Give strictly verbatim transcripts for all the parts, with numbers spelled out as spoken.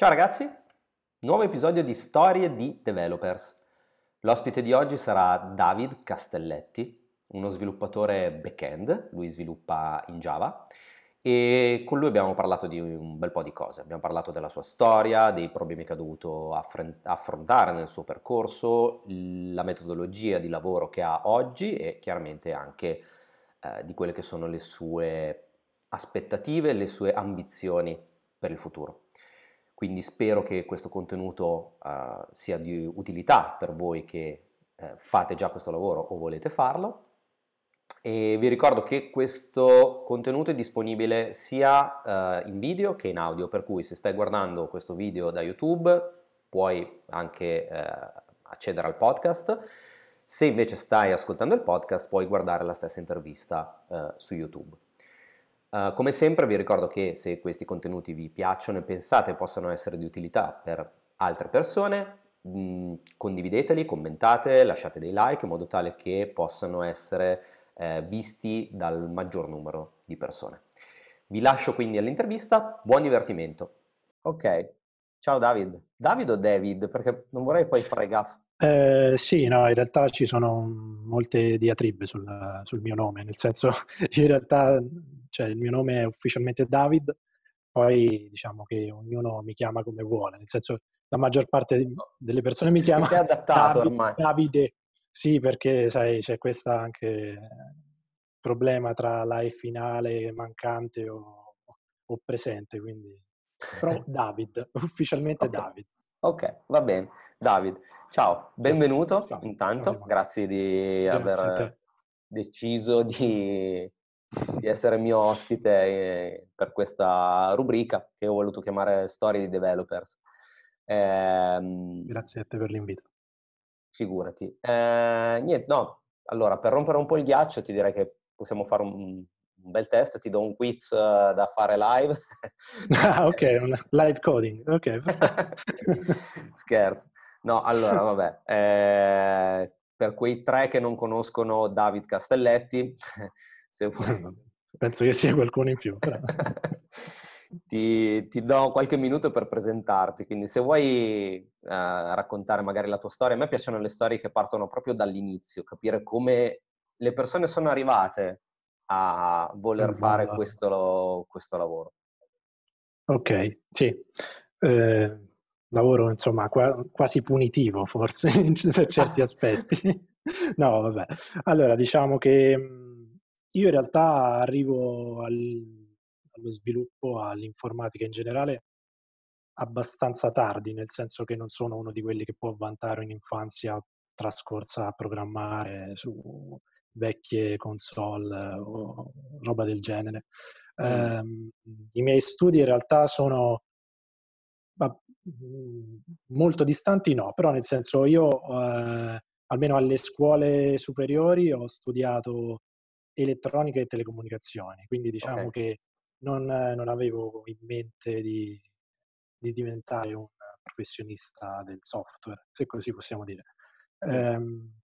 Ciao ragazzi, nuovo episodio di Storie di Developers. L'ospite di oggi sarà David Castelletti, uno sviluppatore back-end, lui sviluppa in Java e con lui abbiamo parlato di un bel po' di cose. Abbiamo parlato della sua storia, dei problemi che ha dovuto affren- affrontare nel suo percorso, la metodologia di lavoro che ha oggi e chiaramente anche eh, di quelle che sono le sue aspettative, le sue ambizioni per il futuro. Quindi spero che questo contenuto uh, sia di utilità per voi che eh, fate già questo lavoro o volete farlo. E vi ricordo che questo contenuto è disponibile sia uh, in video che in audio, per cui se stai guardando questo video da YouTube puoi anche uh, accedere al podcast. Se invece stai ascoltando il podcast puoi guardare la stessa intervista uh, su YouTube. Uh, come sempre vi ricordo che se questi contenuti vi piacciono e pensate possano essere di utilità per altre persone, mh, condivideteli, commentate, lasciate dei like in modo tale che possano essere eh, visti dal maggior numero di persone. Vi lascio quindi all'intervista, buon divertimento. Ok, ciao David. David o David? Perché non vorrei poi fare gaff. Eh, sì, no, in realtà ci sono molte diatribe sul, sul mio nome, nel senso, in realtà, cioè, il mio nome è ufficialmente David, poi diciamo che ognuno mi chiama come vuole, nel senso, la maggior parte di- delle persone mi Ti chiama sei adattato David, ormai. Davide, sì, perché sai, c'è questa anche problema tra la E finale mancante o, o presente, quindi, però David, ufficialmente Ok, David. ok, va bene. David, ciao, Ciao, benvenuto ciao, ciao intanto, Simone. grazie di Grazie a aver te. deciso di, di essere mio ospite eh, per questa rubrica che ho voluto chiamare Storie di Developers. Ehm, Grazie a te per l'invito. figurati. Eh, niente, no, allora, per rompere un po' il ghiaccio ti direi che possiamo fare un, un bel test, ti do un quiz eh, da fare live. Ah, ok, Scherzo. un live coding. Ok, perfetto. Scherzo. No, allora, vabbè, eh, per quei tre che non conoscono David Castelletti, se vuoi... Penso che sia qualcuno in più, però. ti, ti do qualche minuto per presentarti, quindi se vuoi eh, raccontare magari la tua storia, a me piacciono le storie che partono proprio dall'inizio, capire come le persone sono arrivate a voler fare Ma- questo, questo lavoro. Ok, sì. Eh, lavoro, insomma, qua- quasi punitivo, forse, per certi aspetti. No, vabbè. Allora, diciamo che mh, io in realtà arrivo al- allo sviluppo, all'informatica in generale, abbastanza tardi, nel senso che non sono uno di quelli che può vantare un'infanzia trascorsa a programmare su vecchie console o roba del genere. Mm, Ehm, I miei studi in realtà sono ma, mh, molto distanti, no, però nel senso io, eh, almeno alle scuole superiori, ho studiato elettronica e telecomunicazioni, quindi diciamo ok. che non, non avevo in mente di, di diventare un professionista del software, se così possiamo dire. Mm, Ehm,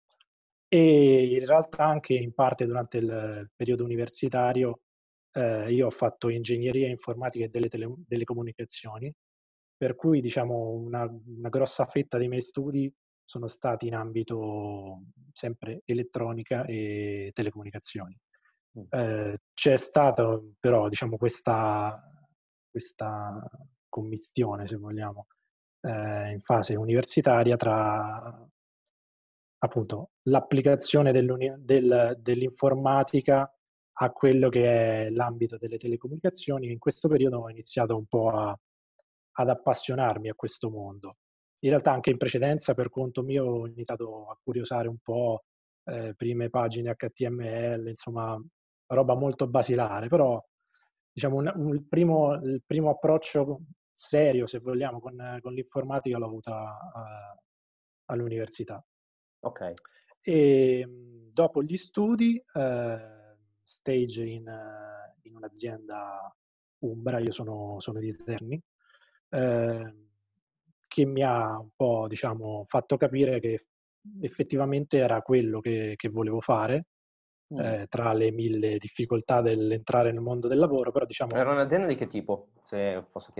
e in realtà anche in parte durante il periodo universitario eh, io ho fatto ingegneria informatica e delle tele- delle comunicazioni, per cui diciamo una, una grossa fetta dei miei studi sono stati in ambito sempre elettronica e telecomunicazioni. mm, Eh, c'è stata però diciamo questa, questa commistione, se vogliamo, eh, in fase universitaria tra appunto l'applicazione dell'uni- del- dell'informatica a quello che è l'ambito delle telecomunicazioni. In questo periodo ho iniziato un po' a- ad appassionarmi a questo mondo. In realtà anche in precedenza, per conto mio, ho iniziato a curiosare un po' eh, prime pagine H T M L, insomma, roba molto basilare, però diciamo un, un- il, primo, il primo approccio serio, se vogliamo, con, con l'informatica l'ho avuta eh, all'università. ok. E mh, dopo gli studi, eh, stage in, eh, in un'azienda umbra, io sono, sono di Terni, eh, che mi ha un po', diciamo, fatto capire che effettivamente era quello che, che volevo fare, Mm. eh, tra le mille difficoltà dell'entrare nel mondo del lavoro, però diciamo Era un'azienda di che tipo, se posso chiederti?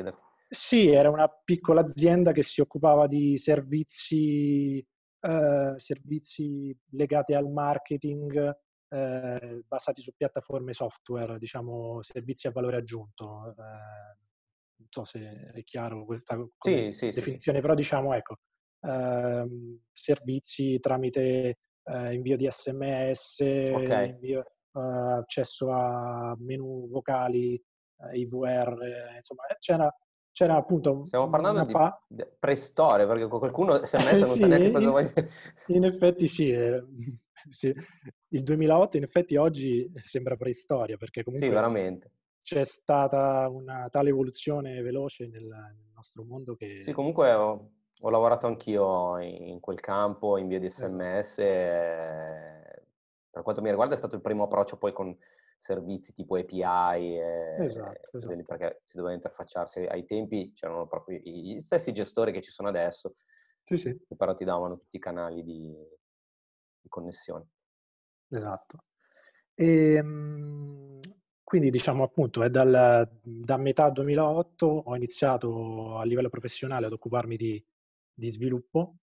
Sì, era una piccola azienda che si occupava di servizi, eh, servizi legati al marketing, eh, basati su piattaforme software, diciamo servizi a valore aggiunto. Eh, non so se è chiaro questa come Sì, sì, sì, sì. definizione, però diciamo, ecco, ehm, servizi tramite eh, invio di S M S, Ok, invio, eh, accesso a menu vocali, eh, I V R, eh, insomma, c'era c'era appunto stiamo parlando una di pa di preistoria, perché qualcuno S M S eh non sa sì, neanche cosa in voglia. in effetti sì, ehm, sì. Il duemilaotto in effetti oggi sembra preistoria, perché Sì, comunque veramente. c'è stata una tale evoluzione veloce nel nel nostro mondo Sì, che comunque ho, ho lavorato anch'io in quel campo, in via di esa S M S. E per quanto mi riguarda è stato il primo approccio poi con servizi tipo A P I, e esatto, così lì, esatto. perché si doveva interfacciarsi. Ai tempi c'erano proprio gli stessi gestori che ci sono adesso, Sì, sì, che però ti davano tutti i canali di, di connessione. esatto. Ehm, quindi diciamo appunto è dal da metà duemilaotto ho iniziato a livello professionale ad occuparmi di di sviluppo.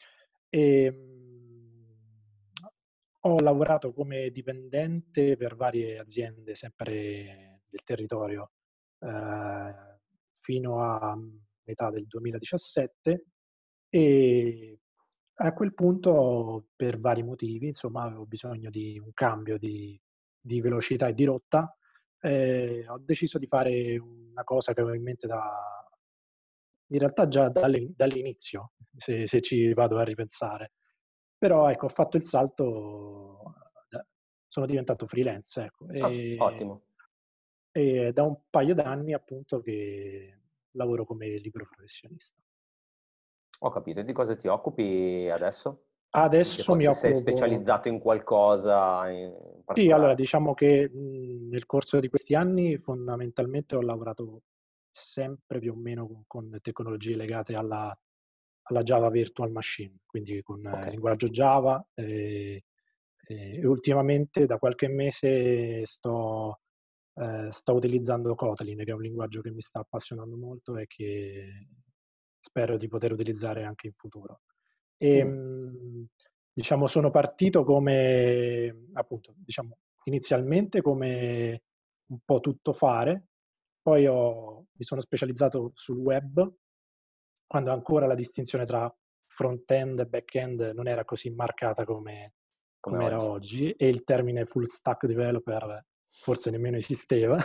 Ehm, Ho lavorato come dipendente per varie aziende sempre del territorio, ehm, fino a metà del duemiladiciassette e a quel punto, per vari motivi, insomma, avevo bisogno di un cambio di di velocità e di rotta, ehm, ho deciso di fare una cosa che avevo in mente da in realtà già dalle dall'inizio, se se ci vado a ripensare. Però ecco, ho fatto il salto, da sono diventato freelance, ecco, Ah, ehm, ottimo, e da un paio d'anni appunto che lavoro come libero professionista. ho capito. E di cosa ti occupi adesso? In che Adesso co- mi se sei occupo specializzato in qualcosa in sì, allora particolare? diciamo che, mhmm, nel corso di questi anni fondamentalmente ho lavorato sempre più o meno con con tecnologie legate alla alla Java Virtual Machine, quindi con Ok. il linguaggio Java, ehm, e e ultimamente da qualche mese sto ehm, sto utilizzando Kotlin, che è un linguaggio che mi sta appassionando molto e che spero di poter utilizzare anche in futuro. Mm. Ehm, diciamo sono partito come appunto, diciamo inizialmente come un po' tuttofare, poi ho mi sono specializzato sul web, quando ancora la distinzione tra front-end e back-end non era così marcata come Come come era oggi. oggi e il termine full stack developer forse nemmeno esisteva.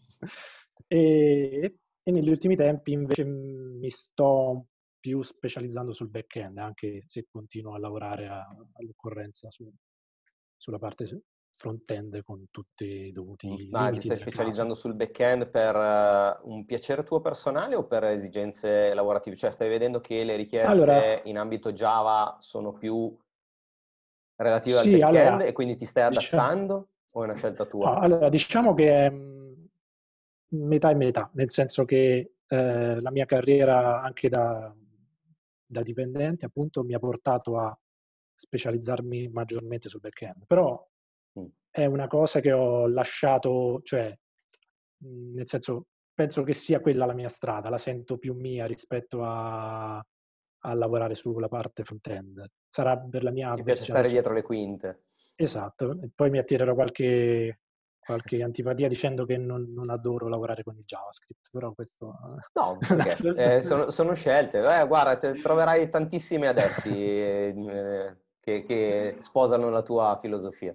E e negli ultimi tempi invece mi sto più specializzando sul back-end, anche se continuo a lavorare a all'occorrenza su sulla parte s front-end con tutti i Mm. dovuti Ma ti limiti stai del caso. specializzando sul back-end per eh, un piacere tuo personale o per esigenze lavorative? Cioè stai vedendo che le Allora richieste in ambito Java sono più relative al sì, back-end allora e quindi ti stai dicia adattando o è una scelta no, tua? allora diciamo che è, mhmm, metà e metà, nel senso che, ehm, la mia carriera anche da da dipendente appunto mi ha portato a specializzarmi maggiormente sul back-end, però Mm. è una cosa che ho lasciato cioè, mhmm, nel senso, penso che sia quella la mia strada, la sento più mia rispetto a a lavorare sulla parte front-end. Sarà per la mia Ti piace versione stare adesso dietro le quinte? esatto, e poi mi attirerò qualche qualche antipatia dicendo che non non adoro lavorare con il JavaScript, però questo No, è perché? un'altra sto Eh, sono, sono scelte. Eh, guarda, te- troverai tantissimi adepti eh, che, che sposano la tua filosofia.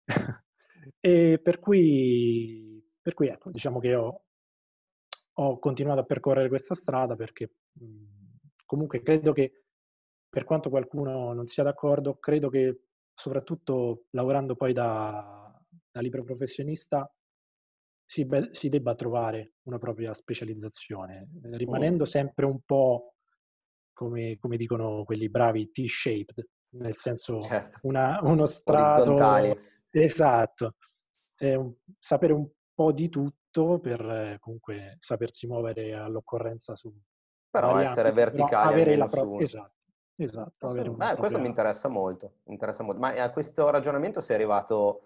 E per cui per cui ecco, diciamo che ho ho continuato a percorrere questa strada perché, mhmm, comunque credo che, per quanto qualcuno non sia d'accordo, credo che soprattutto lavorando poi da da libero professionista si be si debba trovare una propria specializzazione, ehm, Mm, rimanendo sempre un po' come come dicono quelli bravi T-shaped, nel senso certo, una uno orizzontali. strato esatto, ehm, un sapere un po' di tutto per eh, comunque sapersi muovere all'occorrenza su Però vari essere ambiti, però verticali avere almeno la su pro uno. esatto, esatto, avere Assolut- una Beh, questo mi propria interessa molto, mi interessa molto. Ma a questo ragionamento sei arrivato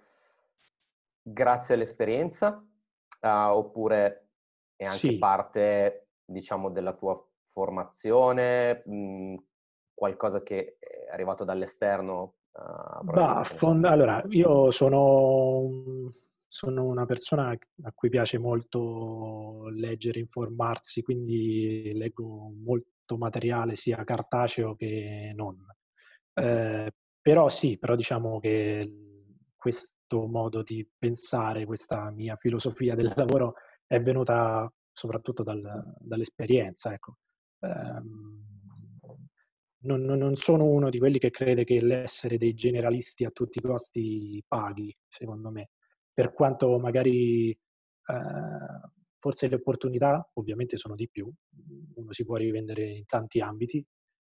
grazie all'esperienza, ah, oppure è anche sì. parte diciamo, della tua formazione, mh, qualcosa che è arrivato dall'esterno, uh, Bah, probabilmente, che ne so. fond- allora, io sono, un- sono una persona a cui piace molto leggere, informarsi, quindi leggo molto materiale sia cartaceo che non. Mhm. Eh, però sì, però diciamo che questo modo di pensare, questa mia filosofia del lavoro è venuta soprattutto dal- dall'esperienza, ecco. Ehm, non, non- non sono uno di quelli che crede che l'essere dei generalisti a tutti i costi paghi, secondo me. Per quanto magari eh, forse le opportunità ovviamente sono di più, uno si può rivendere in tanti ambiti,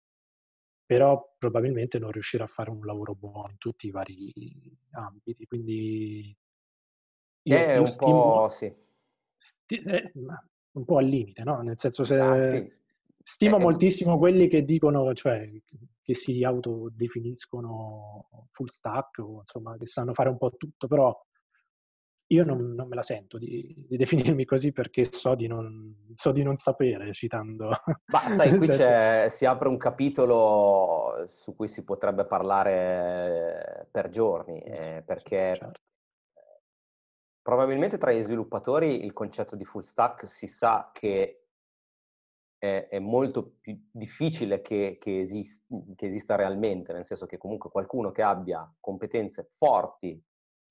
però probabilmente non riuscirà a fare un lavoro buono in tutti i vari ambiti. Quindi io, È io un stimo po', sì. sti- eh, ma un po' al limite, no? Nel senso, Ah, se sì. È- stimo è- moltissimo quelli che dicono, cioè che si autodefiniscono full stack o insomma che sanno fare un po' tutto, però io non, non me la sento di, di definirmi così perché so di non, so di non sapere, citando. Ma sai, Nel qui senso, c'è, si apre un capitolo su cui si potrebbe parlare per giorni, eh, perché certo, probabilmente tra gli sviluppatori il concetto di full stack si sa che è, è molto più difficile che, che, esist- che esista realmente, nel senso che comunque qualcuno che abbia competenze forti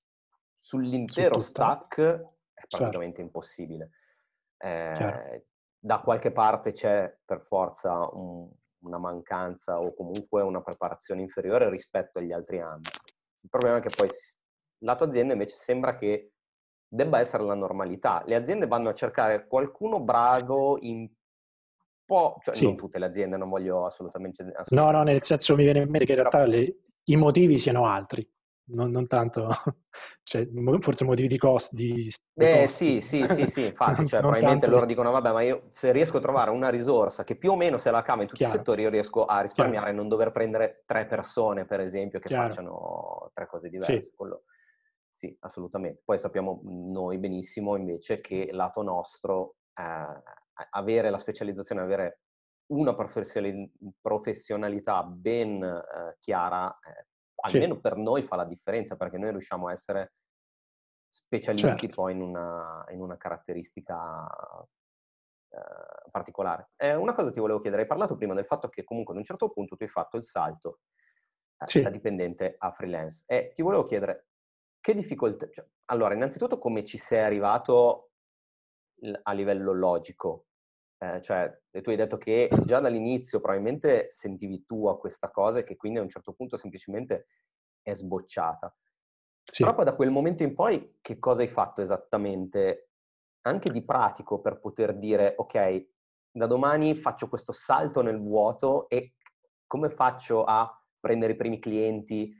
su sull'intero tutto, stack è certo, praticamente impossibile. chiaro. Eh, da qualche parte c'è per forza un- una mancanza o comunque una preparazione inferiore rispetto agli altri ambiti. Il problema è che poi s- lato azienda invece sembra che debba essere la normalità. Le aziende vanno a cercare qualcuno bravo in po', cioè non Sì, tutte le aziende, non voglio assolutamente, no, no, assolutamente nel senso mi viene in mente che in però realtà le- i motivi siano altri, non, non tanto, cioè, mo- forse motivi di costi, di, di eh costi. sì, sì, sì, sì, infatti, non, cioè non probabilmente tanto di... loro dicono, vabbè, ma io se riesco a trovare una risorsa che più o meno se la cava in tutti i Chiaro, settori, io riesco a chiaro, risparmiare e non dover prendere tre persone, per esempio, che chiaro, facciano tre cose sì, diverse. Quello, sì, assolutamente. Poi sappiamo noi benissimo invece che lato nostro, eh, avere la specializzazione, avere una professionali- professionalità ben eh, chiara, eh, sì, almeno per noi fa la differenza, perché noi riusciamo a essere specialisti certo, poi in una, in una caratteristica eh, particolare. Eh, una cosa ti volevo chiedere, hai parlato prima del fatto che comunque ad un certo punto tu hai fatto il salto eh, da sì, dipendente a freelance e ti volevo chiedere che difficoltà, cioè, allora innanzitutto come ci sei arrivato l- a livello logico? Eh, cioè, tu hai detto che già dall'inizio probabilmente sentivi tu a questa cosa e che quindi a un certo punto semplicemente è sbocciata. sì. Proprio da quel momento in poi che cosa hai fatto esattamente, anche di pratico, per poter dire, ok, da domani faccio questo salto nel vuoto e come faccio a prendere i primi clienti,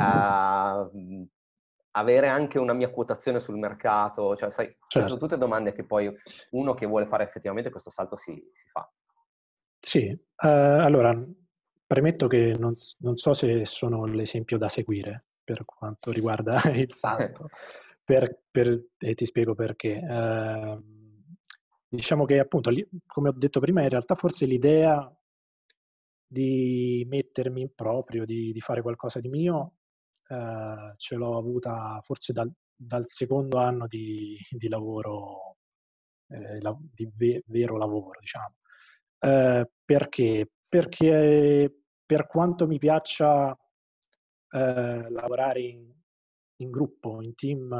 a mh, avere anche una mia quotazione sul mercato? Cioè, sai, queste sono Certo. tutte domande che poi uno che vuole fare effettivamente questo salto si, si fa. Sì, eh, allora premetto che non, s- non so se sono l'esempio da seguire per quanto riguarda il salto, per- per- e ti spiego perché. Eh, diciamo che appunto, li- come ho detto prima, in realtà forse l'idea di mettermi in proprio, di, di fare qualcosa di mio, eh, ce l'ho avuta forse dal, dal secondo anno di, di lavoro, eh, la- di ve- vero lavoro, diciamo. Eh, perché? Perché per quanto mi piaccia eh, lavorare in, in gruppo, in team,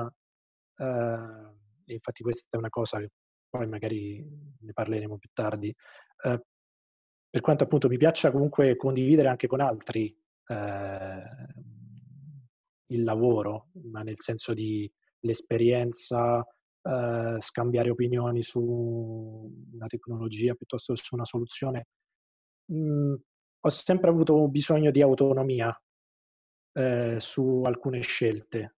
eh, e infatti questa è una cosa che poi magari ne parleremo più tardi, eh, per quanto appunto mi piaccia comunque condividere anche con altri eh, il lavoro, ma nel senso di l'esperienza, eh, scambiare opinioni su una tecnologia piuttosto che su una soluzione. Mm, ho sempre avuto bisogno di autonomia eh, su alcune scelte,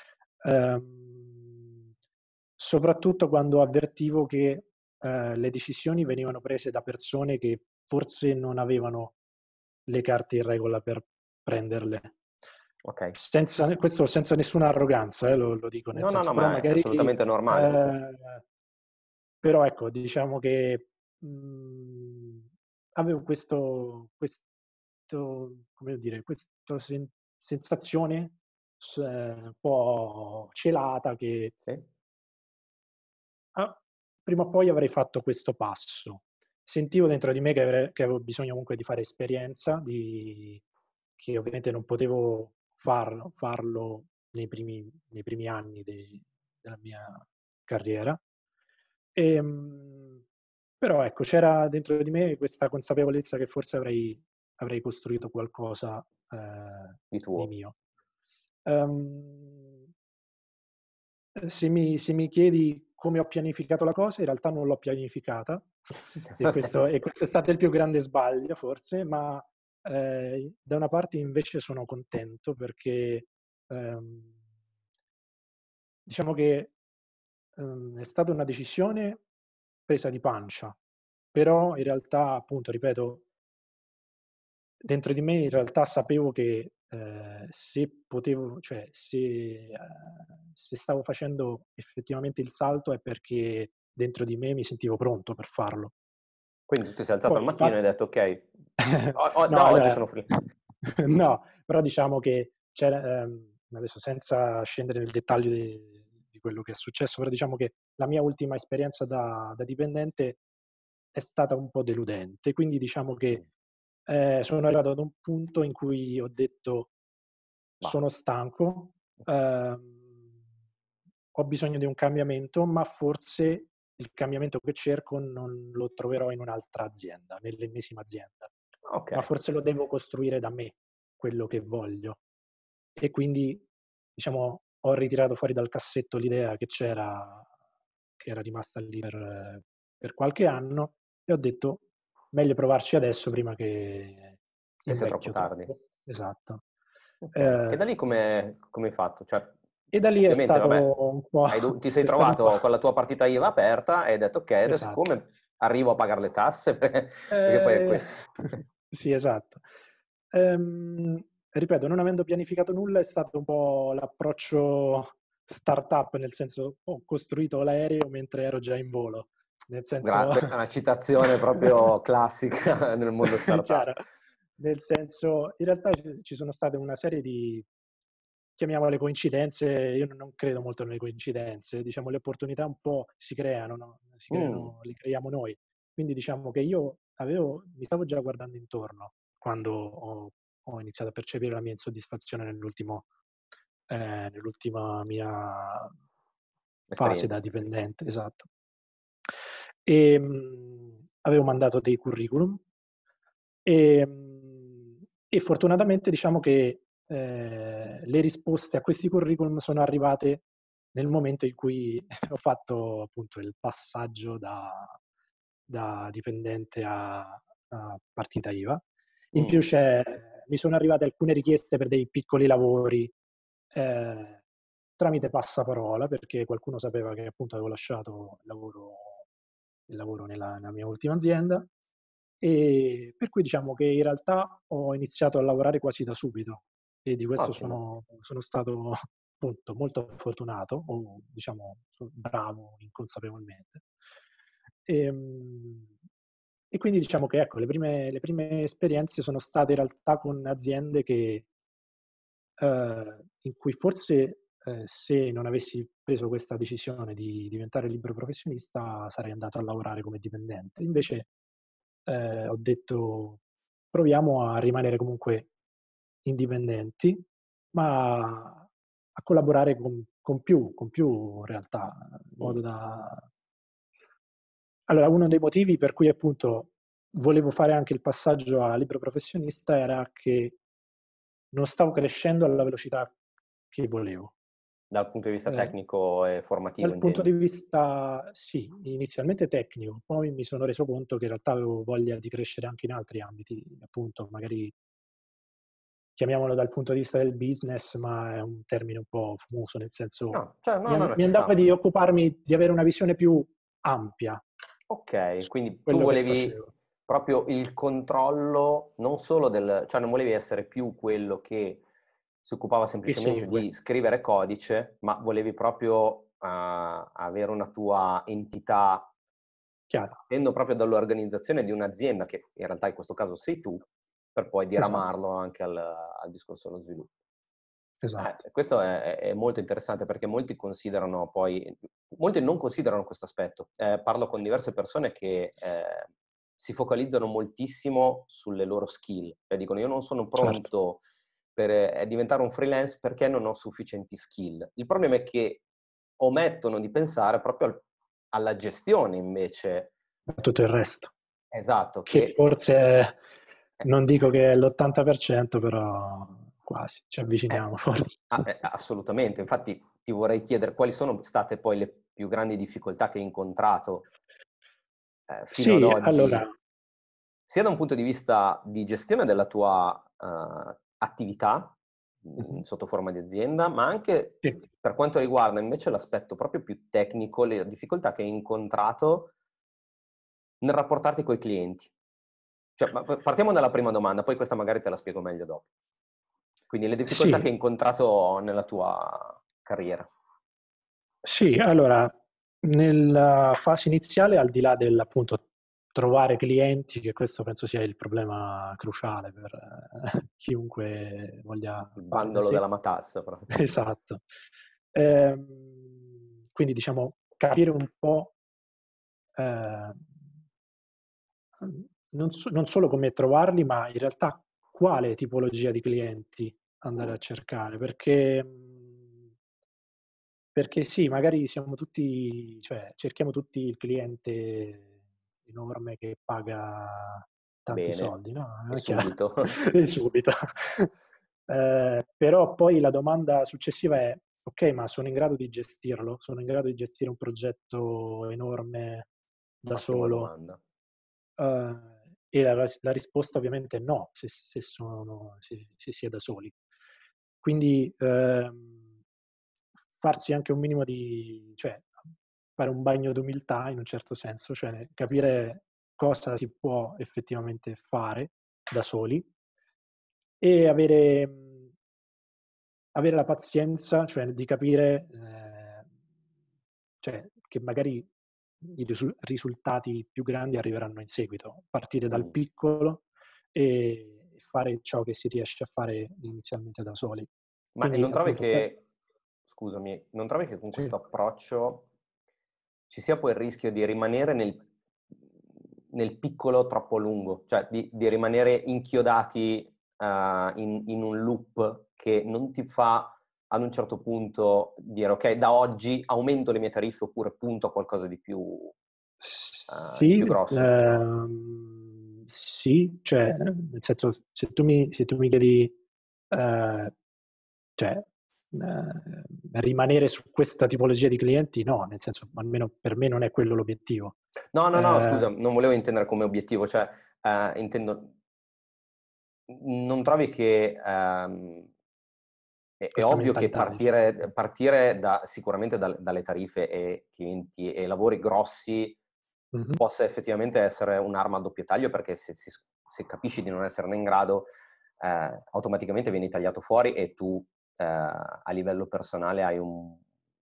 Ehm, soprattutto quando avvertivo che eh, le decisioni venivano prese da persone che forse non avevano le carte in regola per prenderle. Ok. Senza, questo senza nessuna arroganza, eh, lo, lo dico, nel No, no, no, senso, però ma è magari, assolutamente normale. eh, però ecco, diciamo che mh, avevo questo, questo, come dire, questa sen- sensazione s- eh, un po' celata che Sì? ah, prima o poi avrei fatto questo passo. Sentivo dentro di me che, avre- che avevo bisogno comunque di fare esperienza, di, che ovviamente non potevo farlo, farlo nei primi, nei primi anni dei- della mia carriera. Ehm, Però ecco, c'era dentro di me questa consapevolezza che forse avrei, avrei costruito qualcosa eh, Di di tuo. mio. Ehm, se mi, se mi chiedi come ho pianificato la cosa, in realtà non l'ho pianificata e questo, e questo è stato il più grande sbaglio forse, ma eh, da una parte invece sono contento perché ehm, diciamo che ehm, è stata una decisione presa di pancia, però in realtà, appunto, ripeto, dentro di me in realtà sapevo che eh, se potevo, cioè se, eh, se stavo facendo effettivamente il salto è perché dentro di me mi sentivo pronto per farlo. Quindi tu ti sei alzato al Poi il mattino e fatto hai detto, ok, o- o- no, da oggi allora sono free. no, però diciamo che c'era, ehm, adesso senza scendere nel dettaglio di di quello che è successo, però diciamo che la mia ultima esperienza da da dipendente è stata un po' deludente. Quindi diciamo Mm, che, ehm, sono arrivato ad un punto in cui ho detto: "Sono basta. stanco, Ok. ehm, ho bisogno di un cambiamento, ma forse il cambiamento che cerco non lo troverò in un'altra azienda, nell'ennesima azienda, Ok. ma forse lo devo costruire da me, quello che voglio". E quindi, diciamo, ho ritirato fuori dal cassetto l'idea che c'era che era rimasta lì per per qualche anno e ho detto: "Meglio provarci adesso prima che Che sia troppo invecchio tardi. troppo". Esatto. Ok. E da lì Ehm, come, come hai fatto? Cioè, e da lì è ovviamente, vabbè, stato un po' hai dov- ti sei è stato un po' trovato con la tua partita I V A aperta e hai detto, ok, adesso esatto. come arrivo a pagare le tasse? Perché poi è Ehm, qui. sì, esatto. Ehm, ripeto, non avendo pianificato nulla è stato un po' l'approccio startup, nel senso ho costruito l'aereo mentre ero già in volo, nel Gra- senso questa è una citazione proprio classica nel mondo chiaro, startup. nel senso in realtà ci ci sono state una serie di, chiamiamole coincidenze, io non non credo molto nelle coincidenze, diciamo le opportunità un po' si creano, no, si Mm, creano le creiamo noi. Quindi diciamo che io avevo mi stavo già guardando intorno quando ho ho iniziato a percepire la mia insoddisfazione nell'ultimo ehm, nell'ultima mia fase da esperienza. dipendente, esatto. Ehm, avevo mandato dei curriculum, ehm, e fortunatamente diciamo che, ehm, le risposte a questi curriculum sono arrivate nel momento in cui ho fatto appunto il passaggio da da dipendente a a partita I V A. In più Mm. c'è mi sono arrivate alcune richieste per dei piccoli lavori, ehm, tramite passaparola, perché qualcuno sapeva che appunto avevo lasciato il lavoro il lavoro nella nella mia ultima azienda, e per cui diciamo che in realtà ho iniziato a lavorare quasi da subito e di questo Ottimo. sono sono stato appunto molto fortunato o diciamo so bravo inconsapevolmente. Ehm, e quindi diciamo che ecco le prime le prime esperienze sono state in realtà con aziende che ehm, in cui forse, ehm, se non avessi preso questa decisione di diventare libero professionista sarei andato a lavorare come dipendente. Invece, ehm, ho detto: "Proviamo a rimanere comunque indipendenti, ma a collaborare con con più con più realtà, in modo Mm. da". Allora, uno dei motivi per cui appunto volevo fare anche il passaggio a libero professionista era che non stavo crescendo alla velocità che volevo. Dal punto di vista Ehm, tecnico e formativo, Dal punto intendi? di vista sì, inizialmente tecnico, poi mi sono reso conto che in realtà avevo voglia di crescere anche in altri ambiti, appunto magari chiamiamolo dal punto di vista del business, ma è un termine un po' fumoso, nel senso No, cioè, mi no, no, and no, mi ci andava sta. di occuparmi di avere una visione più ampia Ok, su quindi tu quello che volevi facevo. proprio il controllo non solo del, cioè non volevi essere più quello che si occupava Che semplicemente segue. di scrivere codice, ma volevi proprio uh, avere una tua entità chiaro. partendo proprio dall'organizzazione di un'azienda, che in realtà in questo caso sei tu, per poi Esatto, diramarlo anche al, al discorso dello sviluppo. esatto. Eh, questo è, è molto interessante perché molti considerano poi, molti non considerano questo aspetto. Eh, parlo con diverse persone che eh, si focalizzano moltissimo sulle loro skill, cioè dicono io non sono Certo. pronto per eh, diventare un freelance perché non ho sufficienti skill. Il problema è che omettono di pensare proprio al- alla gestione invece. Tutto il resto. Esatto, Che che forse, eh, non dico che è l'ottanta per cento, però quasi, ci eh, avviciniamo forse. ah, eh, assolutamente. Infatti ti vorrei chiedere quali sono state poi le più grandi difficoltà che hai incontrato eh, fino ad Sì, allora, oggi, sia da un punto di vista di gestione della tua eh, attività mh, mhm, sotto forma di azienda, ma anche sì. per quanto riguarda invece l'aspetto proprio più tecnico, le difficoltà che hai incontrato nel rapportarti con i clienti. Cioè, ma partiamo dalla prima domanda, poi questa magari te la spiego meglio dopo. Quindi le difficoltà Sì, che hai incontrato nella tua carriera. sì, allora, nella fase iniziale, al di là del appunto trovare clienti, che questo penso sia il problema cruciale per eh, chiunque voglia Il fare da bandolo sé. della matassa proprio. Esatto. Ehm, quindi diciamo capire un po' eh, non, so- non solo come trovarli, ma in realtà quale tipologia di clienti andare a Mm, cercare, perché mh, perché sì, magari siamo tutti, cioè cerchiamo tutti il cliente enorme che paga tanti bene, soldi, no? e È chiaro, subito. e subito. Eh, però poi la domanda successiva è, ok, ma sono in grado di gestirlo? Sono in grado di gestire un progetto enorme da Ottima solo? domanda. Eh, e la, la risposta ovviamente è no, se, se, sono, se, se si è da soli. Quindi ehm, farsi anche un minimo di, cioè fare un bagno d'umiltà in un certo senso, cioè capire cosa si può effettivamente fare da soli e avere, mh, avere la pazienza, cioè di capire eh, cioè, che magari i risu- risultati più grandi arriveranno in seguito, partire dal Mm. piccolo e fare ciò che si riesce a fare inizialmente da soli. Ma Quindi non trovi appunto per... che, scusami, non trovi che con Sì. questo approccio ci sia poi il rischio di rimanere nel, nel piccolo troppo a lungo, cioè di, di rimanere inchiodati eh, in, in un loop che non ti fa ad un certo punto dire ok, da oggi aumento le mie tariffe oppure punto a qualcosa di più, eh, di Sì, più grosso? ehm, sì, cioè, nel senso, se tu mi, se tu mi chiedi, eh, cioè, eh, rimanere su questa tipologia di clienti, no, nel senso, almeno per me non è quello l'obiettivo. No, no, no, Eh, scusa, non volevo intendere come obiettivo, cioè eh, intendo, non trovi che ehm, è, è questa ovvio che mentalità, dici. partire, partire da, sicuramente dal- dalle tariffe e clienti e lavori grossi Mhm. possa effettivamente essere un'arma a doppio taglio perché se, si- se capisci di non esserne in grado, eh, automaticamente vieni tagliato fuori e tu eh, a livello personale hai un,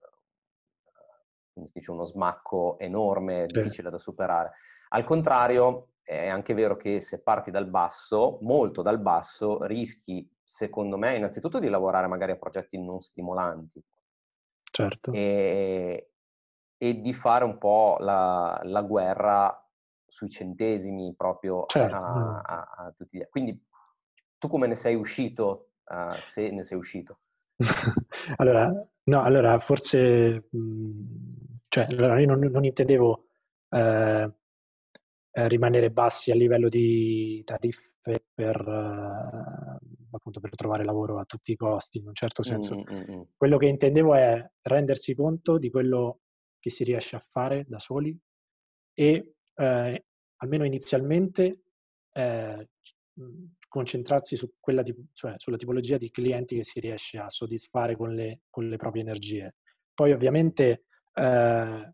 come si dice, uno smacco enorme, Sì, difficile da superare. Al contrario, è anche vero che se parti dal basso, molto dal basso, rischi, secondo me, innanzitutto di lavorare magari a progetti non stimolanti certo, e, e di fare un po' la, la guerra sui centesimi proprio certo. a, No. a- a tutti gli... Quindi tu come ne sei uscito, eh, se ne sei uscito? Allora, no, allora forse, mh, cioè, allora io non, non intendevo eh, eh, rimanere bassi a livello di tariffe per, eh, appunto, per trovare lavoro a tutti i costi, in un certo Mm, senso. mm, mm, mm. Quello che intendevo è rendersi conto di quello che si riesce a fare da soli e eh, almeno inizialmente eh, mh, concentrarsi su quella tip- cioè sulla tipologia di clienti che si riesce a soddisfare con le, con le proprie energie. Poi ovviamente, eh,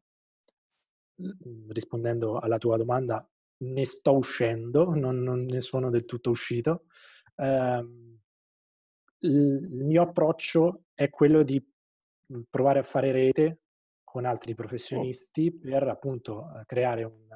rispondendo alla tua domanda, ne sto uscendo, non, non ne sono del tutto uscito. Ehm, il mio approccio è quello di provare a fare rete con altri Mm. professionisti per appunto eh, creare un,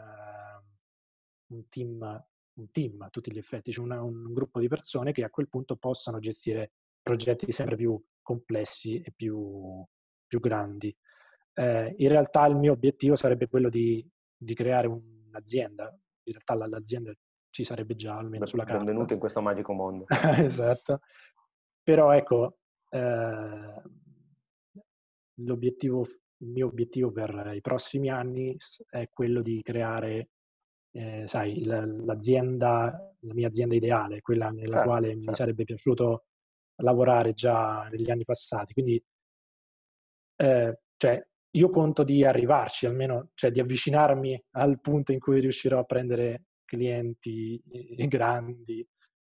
eh, un team, un team a tutti gli effetti, cioè una- un gruppo di persone che a quel punto possano gestire progetti sempre più complessi e più, più grandi. Eh, in realtà il mio obiettivo sarebbe quello di, di creare un'azienda. In realtà la- l'azienda ci sarebbe già, almeno Be- sulla carta. benvenuto in questo magico mondo. Esatto. Però ecco, eh, l'obiettivo, il mio obiettivo per i prossimi anni s- è quello di creare, eh, sai, l- l'azienda, la mia azienda ideale, quella nella Certo, quale mi certo. sarebbe piaciuto lavorare già negli anni passati. Quindi, eh, cioè, io conto di arrivarci, almeno, cioè di avvicinarmi al punto in cui riuscirò a prendere clienti eh, grandi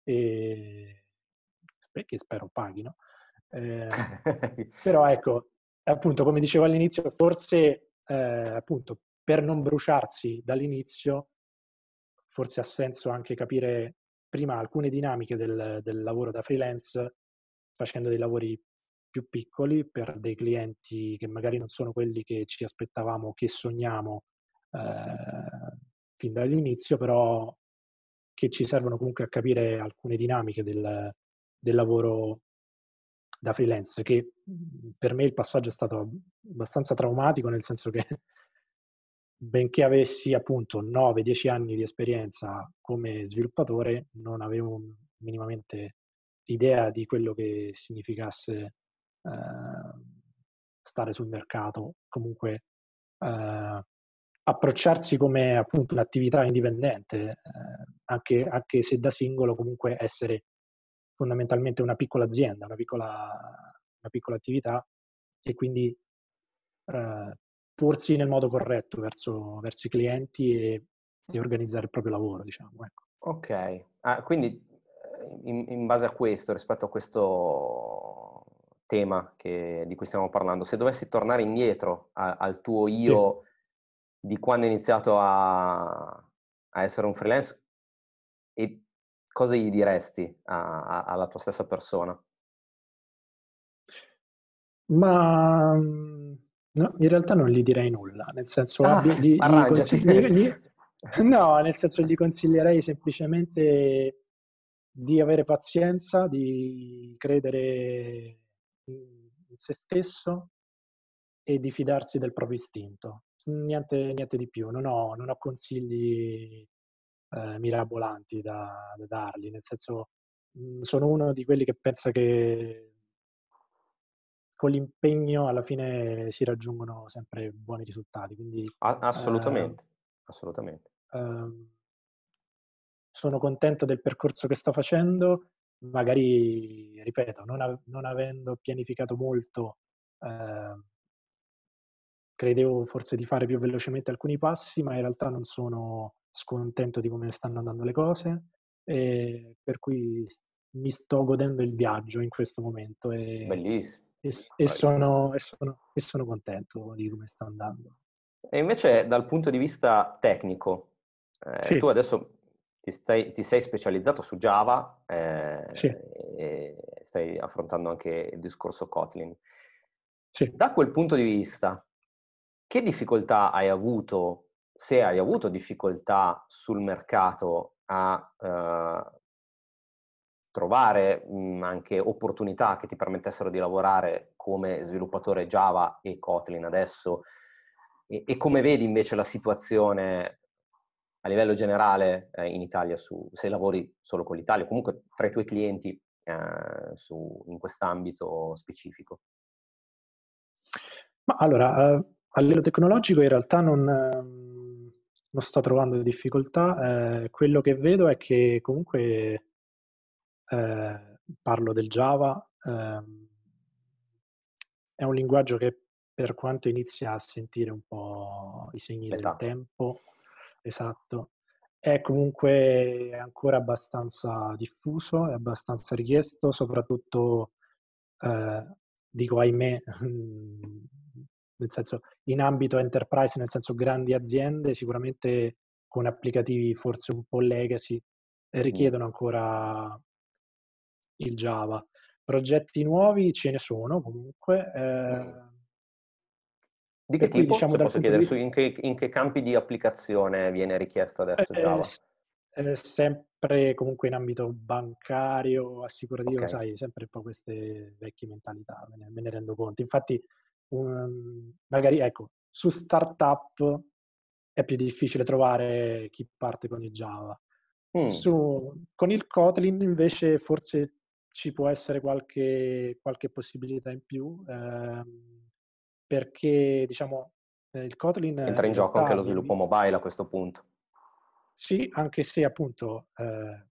e spe- che spero paghino. Eh, però ecco, appunto, come dicevo all'inizio, forse eh, appunto per non bruciarsi dall'inizio, forse ha senso anche capire prima alcune dinamiche del, del lavoro da freelance, facendo dei lavori più piccoli per dei clienti che magari non sono quelli che ci aspettavamo, che sogniamo eh, fin dall'inizio, però che ci servono comunque a capire alcune dinamiche del, del lavoro da freelance, che mh, per me il passaggio è stato abbastanza traumatico, nel senso che benché avessi appunto nove dieci anni di esperienza come sviluppatore, non avevo minimamente idea di quello che significasse eh, stare sul mercato, comunque eh, approcciarsi come appunto un'attività indipendente, eh, anche, anche se da singolo, comunque essere fondamentalmente una piccola azienda, una piccola, una piccola attività e quindi eh, porsi nel modo corretto verso, verso i clienti e, e organizzare il proprio lavoro, diciamo. Ecco. Ok, ah, quindi eh, in, in base a questo, rispetto a questo tema che- di cui stiamo parlando, se dovessi tornare indietro a- al tuo Sì. io di quando hai iniziato a, a essere un freelance, e cosa gli diresti a- a- alla tua stessa persona? Ma mm, no, in realtà non gli direi nulla, nel senso Ah, abbi- gli, gli arrangiati. consigli- gli- gli- no, nel senso gli consiglierei semplicemente di avere pazienza, di credere in, in se stesso e di fidarsi del proprio istinto. Niente, niente di più, non ho, non ho consigli eh, mirabolanti da, da dargli, nel senso mh, sono uno di quelli che pensa che con l'impegno alla fine si raggiungono sempre buoni risultati, quindi A- eh, assolutamente, assolutamente. ehm, sono contento del percorso che sto facendo, magari, ripeto, non, av- non avendo pianificato molto, eh, credevo forse di fare più velocemente alcuni passi, ma in realtà non sono scontento di come stanno andando le cose, e per cui s- mi sto godendo il viaggio in questo momento e, Bellissimo. e s- e sono, e sono- e sono contento di come sta andando. E invece dal punto di vista tecnico, eh, tu Sì, adesso ti, stai- ti sei specializzato su Java sì, eh, e stai affrontando anche il discorso Kotlin. sì. Da quel punto di vista, che difficoltà hai avuto, se hai avuto difficoltà sul mercato a eh, trovare mh, anche opportunità che ti permettessero di lavorare come sviluppatore Java e Kotlin adesso, e, e come vedi invece la situazione a livello generale eh, in Italia, su, se lavori solo con l'Italia, o comunque tra i tuoi clienti eh, su, in quest'ambito specifico. Ma allora, eh, a livello tecnologico in realtà non, ehm, non sto trovando difficoltà. Eh, quello che vedo è che comunque eh, parlo del Java, ehm, è un linguaggio che per quanto inizia a sentire un po' i segni del L'età. tempo, esatto, è comunque ancora abbastanza diffuso, è abbastanza richiesto, soprattutto, eh, dico ahimè, nel senso in ambito enterprise, nel senso grandi aziende, sicuramente con applicativi forse un po' legacy, Mm. richiedono ancora il Java. Progetti nuovi ce ne sono comunque, Mm. eh, Di che Per cui tipo? diciamo Se dal posso punto di chiedere, su vista in che, in che campi di applicazione viene richiesto adesso eh, Java? s ehm, sempre comunque in ambito bancario, Ok, assicurativo, sai, sempre un po' queste vecchie mentalità, me ne me ne rendo conto. Infatti, un magari ecco, su startup è più difficile trovare chi parte con il Java. Mm, Su con il Kotlin invece forse ci può essere qualche qualche possibilità in più, ehm, perché diciamo, ehm, il Kotlin entra in in gioco anche realtà lo viene sviluppo vis mobile a questo punto. sì, anche se appunto, ehm,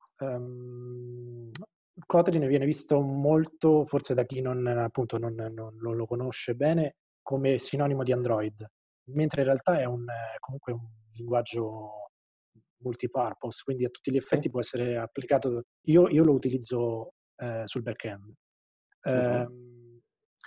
ehm, Kotlin viene visto molto, forse da chi non appunto non non non lo conosce bene, come sinonimo di Android, mentre in realtà è un eh, comunque un linguaggio multipurpose, quindi a tutti gli Sì? effetti può essere applicato. Io io lo utilizzo, ehm, sul back-end. Mhm. Ehm,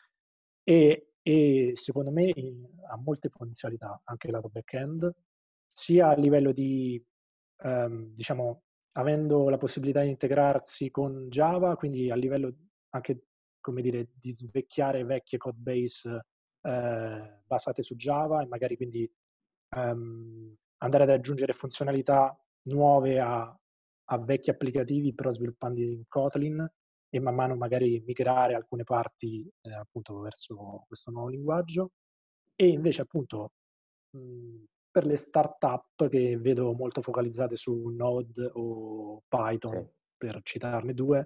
e e secondo me in ha molte potenzialità anche lato back-end, sia a livello di, ehm, diciamo, avendo la possibilità di integrarsi con Java, quindi a livello anche, come dire, di svecchiare vecchie code base, ehm, basate su Java e magari quindi, ehm, andare ad aggiungere funzionalità nuove a a vecchi applicativi, però sviluppandi in Kotlin e man mano magari migrare alcune parti, ehm, appunto verso questo nuovo linguaggio. E invece appunto, mhmm, per le startup che vedo molto focalizzate su Node o Sì. Python, per citarne due,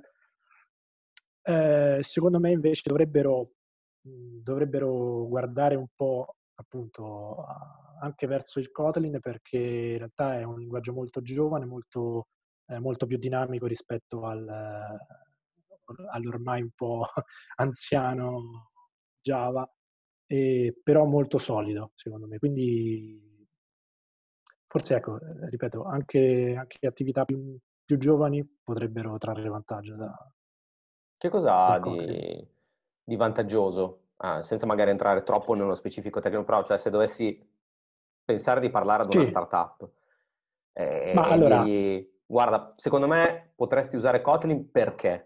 ehm, secondo me invece dovrebbero mhmm, dovrebbero guardare un po' appunto a anche verso il Kotlin, perché in realtà è un linguaggio molto giovane, molto ehm, molto più dinamico rispetto al all'ormai un po' anziano Java, ehm, però molto solido secondo me. Quindi forse ecco, ehm, ripeto, anche anche attività più più giovani potrebbero trarre vantaggio da Che cosa ha dal Kotlin. di, di vantaggioso? Ah, senza magari entrare troppo nello specifico tecnico, però, cioè se dovessi pensare di parlare ad una Sì, startup e, ma e allora dirgli, guarda, secondo me potresti usare Kotlin perché?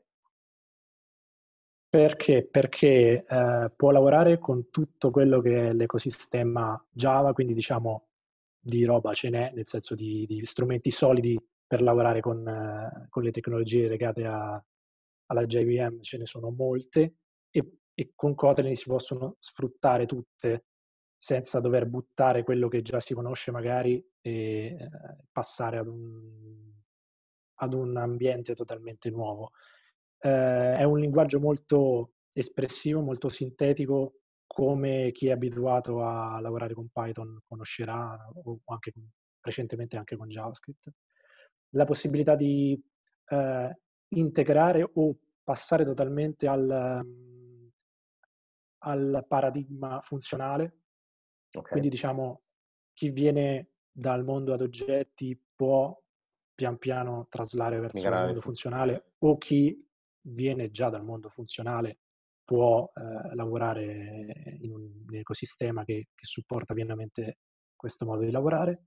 perché? Perché, ehm, può lavorare con tutto quello che è l'ecosistema Java, quindi diciamo di roba ce n'è, nel senso di di strumenti solidi per lavorare con eh, con le tecnologie legate a alla J V M ce ne sono molte e e con Kotlin si possono sfruttare tutte, senza dover buttare quello che già si conosce magari e, ehm, passare ad un ad un ambiente totalmente nuovo. Ehm, è un linguaggio molto espressivo, molto sintetico, come chi è abituato a lavorare con Python conoscerà o anche con recentemente anche con JavaScript. La possibilità di, ehm, integrare o passare totalmente al mhmm, al paradigma funzionale, Ok? quindi diciamo chi viene dal mondo ad oggetti può pian piano traslare verso il Migrare mondo fu- funzionale, o chi viene già dal mondo funzionale può, ehm, lavorare in un ecosistema che che supporta pienamente questo modo di lavorare.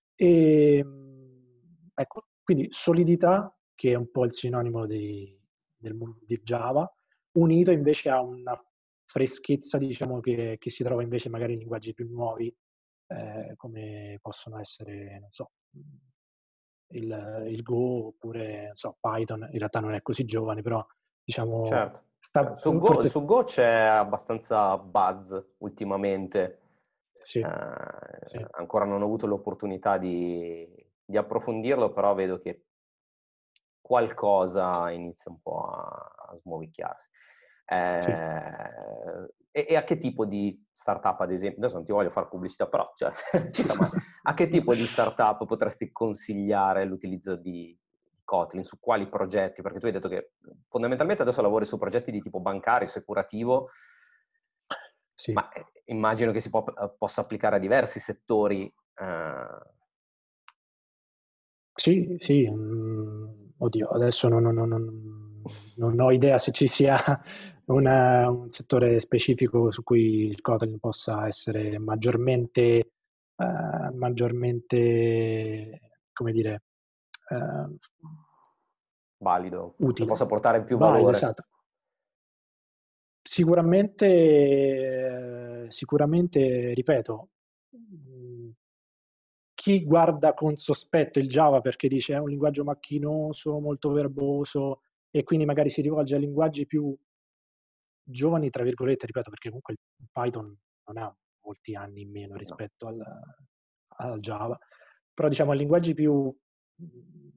Ehm, ecco, quindi solidità, che è un po' il sinonimo di del mon di Java, unito invece a una freschezza, diciamo, che che si trova invece magari in linguaggi più nuovi, ehm, come possono essere, non so, mhmm, il il Go oppure, non so, Python. In realtà non è così giovane, però diciamo Certo, sta certo. Su fo Go, forse su Go c'è abbastanza buzz ultimamente. sì, sì, Eh, ancora non ho avuto l'opportunità di, di approfondirlo, però vedo che qualcosa inizia un po' a, a smovicchiarsi. sì. Eh, e, e a che tipo di startup, ad esempio, adesso non ti voglio fare pubblicità, però cioè, si sa mai, a che tipo di startup potresti consigliare l'utilizzo di, di Kotlin, su quali progetti? Perché tu hai detto che fondamentalmente adesso lavori su progetti di tipo bancario, assicurativo, Sì. ma eh, immagino che si può- eh, possa applicare a diversi settori. eh, Sì, sì, mhmm, oddio, adesso non non non non non ho idea se ci sia una un settore specifico su cui il Kotlin possa essere maggiormente ehm, maggiormente, come dire, ehm, f valido, che utile. possa portare più Valido, valore. esatto. Sicuramente, sicuramente, ripeto, mhmm, chi guarda con sospetto il Java perché dice: "È un linguaggio macchinoso, molto verboso", e quindi magari si rivolge a linguaggi più "giovani", tra virgolette, ripeto, perché comunque il Python non ha molti anni in meno No. rispetto al al Java, però diciamo a linguaggi più, mhmm,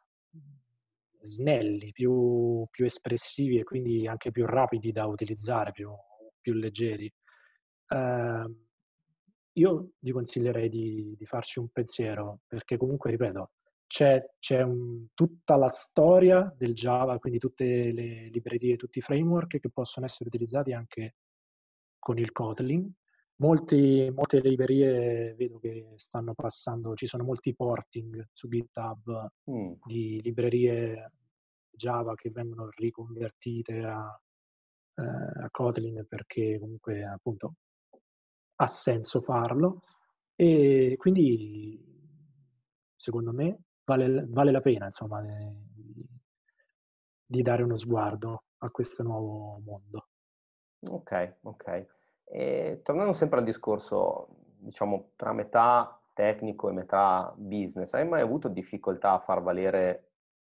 snelli, più più espressivi e quindi anche più rapidi da utilizzare, più più leggeri. Ehm, io gli consiglierei di di farci un pensiero, perché comunque ripeto, c'è c'è un tutta la storia del Java, quindi tutte le librerie, tutti i framework che possono essere utilizzati anche con il Kotlin. Molti molte librerie vedo che stanno passando, ci sono molti porting su GitHub Mh. di librerie Java che vengono riconvertite a ehm, a Kotlin perché comunque appunto ha senso farlo, e quindi secondo me vale l vale la pena insomma, ehm, di di dare uno sguardo a questo nuovo mondo. Okay, okay. E tornando sempre al discorso, diciamo, tra metà tecnico e metà business, hai mai avuto difficoltà a far valere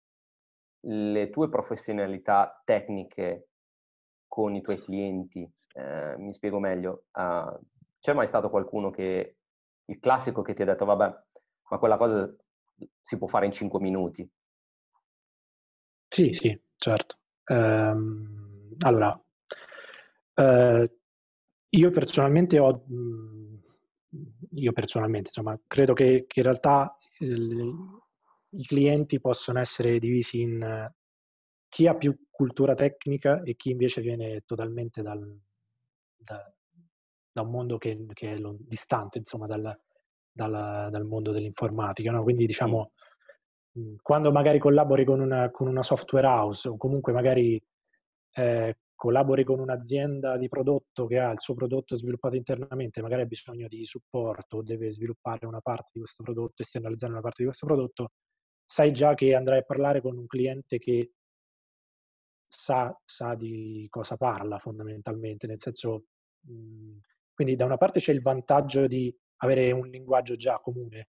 le tue professionalità tecniche con i tuoi clienti? Ehm, mi spiego meglio: uhm, c'è mai stato qualcuno che il classico che ti ha detto: "Vabbè, ma quella cosa si può fare in cinque minuti." Sì, sì, certo. Ehm, allora, ehm, io personalmente ho mhmm, io personalmente insomma, credo che che in realtà il i clienti possono essere divisi in chi ha più cultura tecnica e chi invece viene totalmente dal da da un mondo che che è lo distante insomma dal dal dal mondo dell'informatica, no, quindi Mh, diciamo, mhmm, quando magari collabori con una con una software house o comunque magari, ehm, collabori con un'azienda di prodotto che ha il suo prodotto sviluppato internamente, magari ha bisogno di supporto, deve sviluppare una parte di questo prodotto, esternalizzare una parte di questo prodotto, sai già che andrai a parlare con un cliente che sa sa di cosa parla fondamentalmente, nel senso, mhmm, quindi da una parte c'è il vantaggio di avere un linguaggio già comune,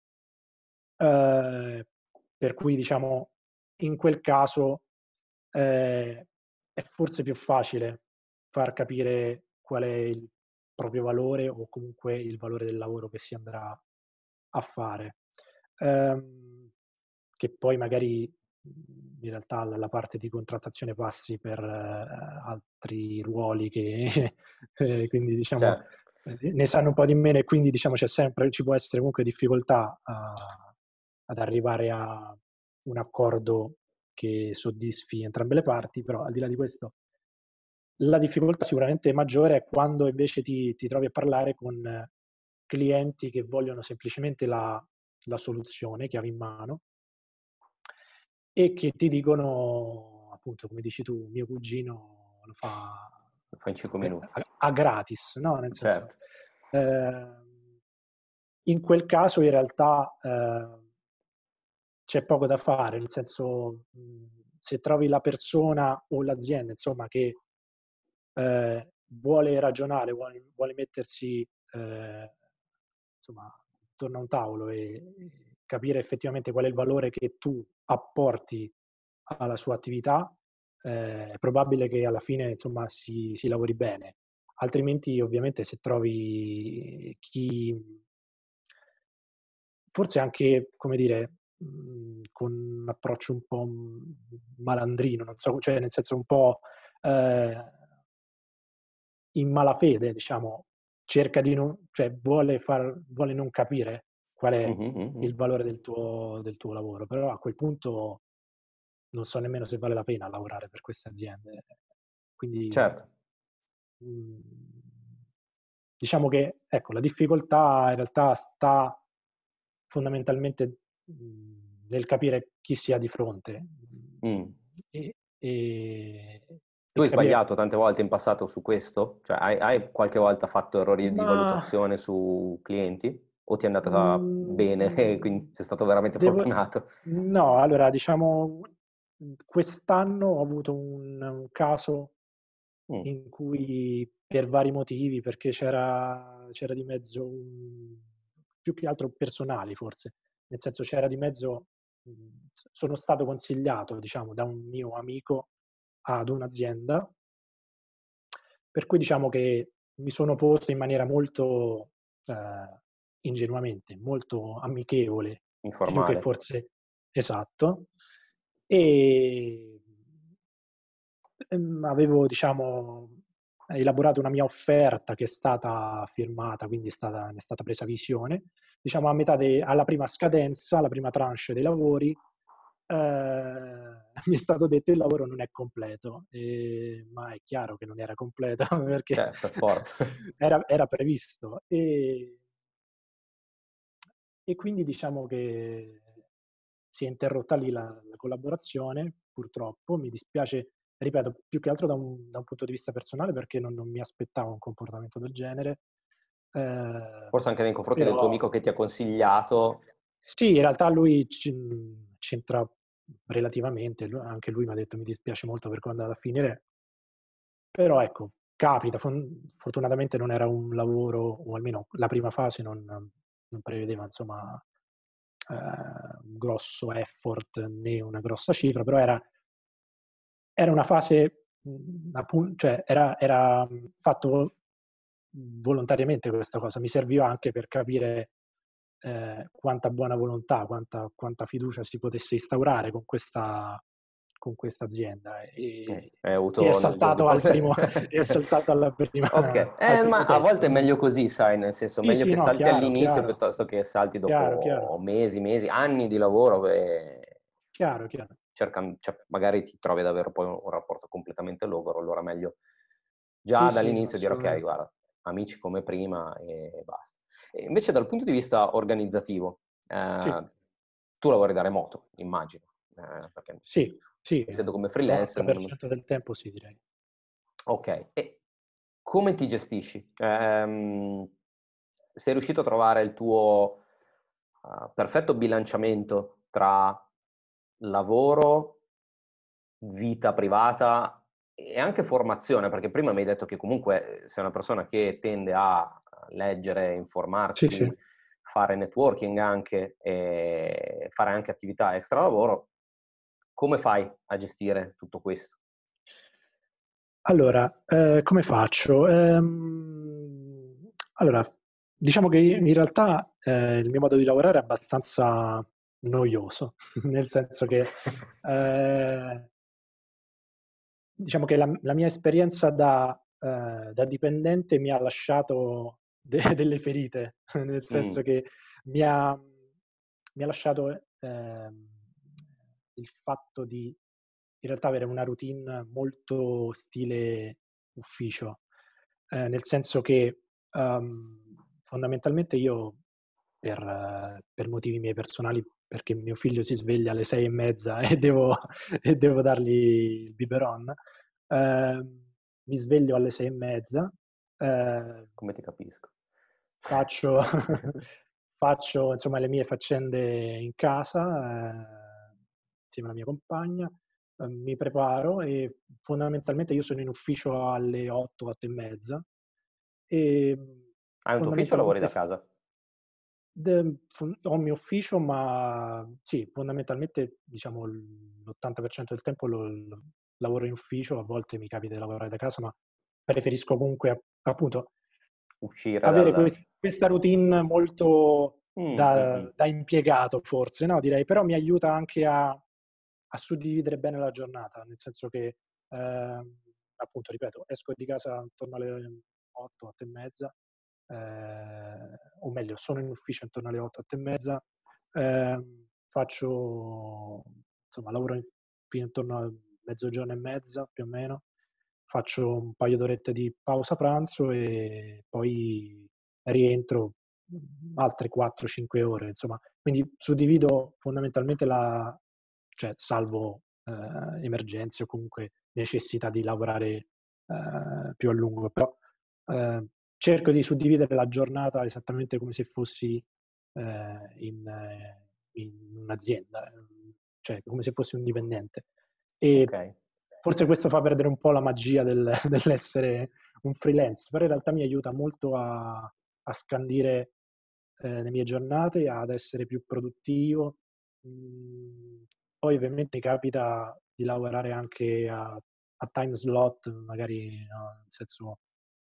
uhm, per cui diciamo in quel caso, ehm, è forse più facile far capire qual è il proprio valore o comunque il valore del lavoro che si andrà a fare. Ehm, che poi magari, mhmm, in realtà la la parte di contrattazione passi per, ehm, altri ruoli che ehm, quindi diciamo, certo. ehm, ne sanno un po' di meno e quindi diciamo c'è sempre ci può essere comunque difficoltà a ad arrivare a un accordo che soddisfi entrambe le parti, però al di là di questo la difficoltà sicuramente maggiore è quando invece ti ti trovi a parlare con clienti che vogliono semplicemente la la soluzione che hai in mano e che ti dicono, appunto, come dici tu: "Mio cugino lo fa Lo fai in cinque gra minuti. a a gratis", no, nel senso, Certo. ehm, in quel caso in realtà, ehm, c'è poco da fare, nel senso, mhmm, se trovi la persona o l'azienda, insomma, che ehm, vuole ragionare, vuole vuole mettersi, ehm, insomma, attorno a un tavolo e e capire effettivamente qual è il valore che tu apporti alla sua attività, ehm, è probabile che alla fine, insomma, si si lavori bene. Altrimenti, ovviamente, se trovi chi forse anche, come dire, mhmm, con un approccio un po', mhmm, malandrino, non so, cioè nel senso un po', ehm in malafede, diciamo, cerca di non, cioè vuole far vuole non capire qual è Mh-mh, mh-mh. il valore del tuo del tuo lavoro, però a quel punto non so nemmeno se vale la pena lavorare per queste aziende. Quindi, Certo. mhmm, diciamo che, ecco, la difficoltà in realtà sta fondamentalmente, mhmm, nel capire chi si ha di fronte, mhmm, Mh. e e Tu e hai capire sbagliato tante volte in passato su questo? Cioè hai hai qualche volta fatto errori di ma valutazione su clienti? O ti è andata bene e Mhmm, quindi sei stato veramente devo fortunato? no, allora diciamo, mhmm, quest'anno ho avuto un un caso Mh. in cui per vari motivi, perché c'era c'era di mezzo un più che altro personali forse, nel senso c'era di mezzo mhmm, s sono stato consigliato, diciamo, da un mio amico ad un'azienda, per cui diciamo che mi sono posto in maniera molto, ehm, ingenuamente, molto amichevole, più che Informale. forse esatto, ehm Ehm, avevo diciamo elaborato una mia offerta che è stata firmata, quindi è stata ne è stata presa visione. Diciamo a metà de alla prima scadenza, alla prima tranche dei lavori, ehm, mi è stato detto: "Il lavoro non è completo". Ehm, ma è chiaro che non era completo perché Cioè, per forza. era era previsto. Ehm e quindi diciamo che si è interrotta lì la la collaborazione, purtroppo. Mi dispiace, ripeto, più che altro da un da un punto di vista personale perché non non mi aspettavo un comportamento del genere, ehm, Forse anche nei confronti del tuo però amico che ti ha consigliato. sì, in realtà lui ci mhmm, c'entra relativamente, lu anche lui m'ha detto: "Mi dispiace molto per come è andata a finire". Però ecco, capita, fon fortunatamente non era un lavoro, o almeno la prima fase non non prevedeva insomma, ehm, un grosso effort né una grossa cifra, però era era una fase, mhmm, appun cioè era era, mhmm, fatto, mhmm, volontariamente questa cosa. Mi serviva anche per capire, ehm, quanta buona volontà, quanta quanta fiducia si potesse instaurare con questa con questa azienda, Eh, e hai e è avuto nel giorno di saltato al primo parole. è saltato alla prima Okay, al eh, primo ma a test, volte è quindi meglio così, sai, nel senso, sì, meglio sì, che no, salti chiaro, all'inizio chiaro, piuttosto che salti chiaro, chiaro, dopo mesi, mesi, anni di lavoro e chiaro, chiaro. cercan cioè magari ti trovi ad avere poi un rapporto completamente logoro, allora meglio Sì, già sì, no, dall'inizio dire: "Okay, assolutamente. guarda, amici come prima e basta". E invece dal punto di vista organizzativo, Sì, ehm, tu lavori da remoto, immagino, ehm, perché sì, sì, essendo come il freelance non. novanta per cento del tempo sì, direi. Okay, e come ti gestisci? Ehm, sei riuscito a trovare il tuo, uhm, perfetto bilanciamento tra lavoro, vita privata e anche formazione? Perché prima mi hai detto che comunque, ehm, sei una persona che tende a leggere, Sì, sì. informarsi, fare networking anche, e fare anche attività extra lavoro. Come fai a gestire tutto questo? Allora, ehm, come faccio? Ehm, allora, diciamo che in realtà, ehm, il mio modo di lavorare è abbastanza noioso, nel senso che, ehm, diciamo che la la mia esperienza da ehm, da dipendente mi ha lasciato de delle ferite, nel Mh, senso che mi ha mi ha lasciato, ehm, il fatto di in realtà avere una routine molto stile ufficio, ehm, nel senso che, uhm, fondamentalmente io per eh, per motivi miei personali, perché mio figlio si sveglia alle sei e mezza e devo e devo dargli il biberon, ehm, mi sveglio alle sei e mezza, ehm come ti capisco. Faccio faccio insomma le mie faccende in casa, ehm, insieme alla mia compagna, ehm, mi preparo e fondamentalmente io sono in ufficio alle otto, otto e mezza, ehm, Hai un tuo ufficio o lavori fondamentalmente da f casa? de fon ho il mio ufficio, ma sì, fondamentalmente diciamo l l'ottanta per cento del tempo lo lo lavoro in ufficio, a volte mi capita di lavorare da casa, ma preferisco comunque a appunto Uscire avere dal. ques questa routine molto Mh, mh-mh. da da impiegato forse, no, direi, però mi aiuta anche a a suddividere bene la giornata, nel senso che, ehm, appunto ripeto, esco di casa intorno alle otto, otto e mezza, ehm, o meglio sono in ufficio intorno alle otto, otto e mezza, ehm, faccio insomma lavoro in fino intorno a mezzogiorno e mezza più o meno, faccio un paio d'orette di pausa pranzo e poi rientro, mhmm, altre quattro, cinque ore, insomma. Quindi suddivido fondamentalmente la cioè salvo, ehm, emergenze o comunque necessità di lavorare, ehm, più a lungo, però, ehm, cerco di suddividere la giornata esattamente come se fossi, ehm, in in un'azienda, ehm, cioè come se fossi un dipendente. E Okay. forse questo fa perdere un po' la magia del, dell'essere un freelance, però in realtà mi aiuta molto a, a scandire eh, le mie giornate, ad essere più produttivo. Mm, poi ovviamente mi capita di lavorare anche a, a time slot, magari no, nel senso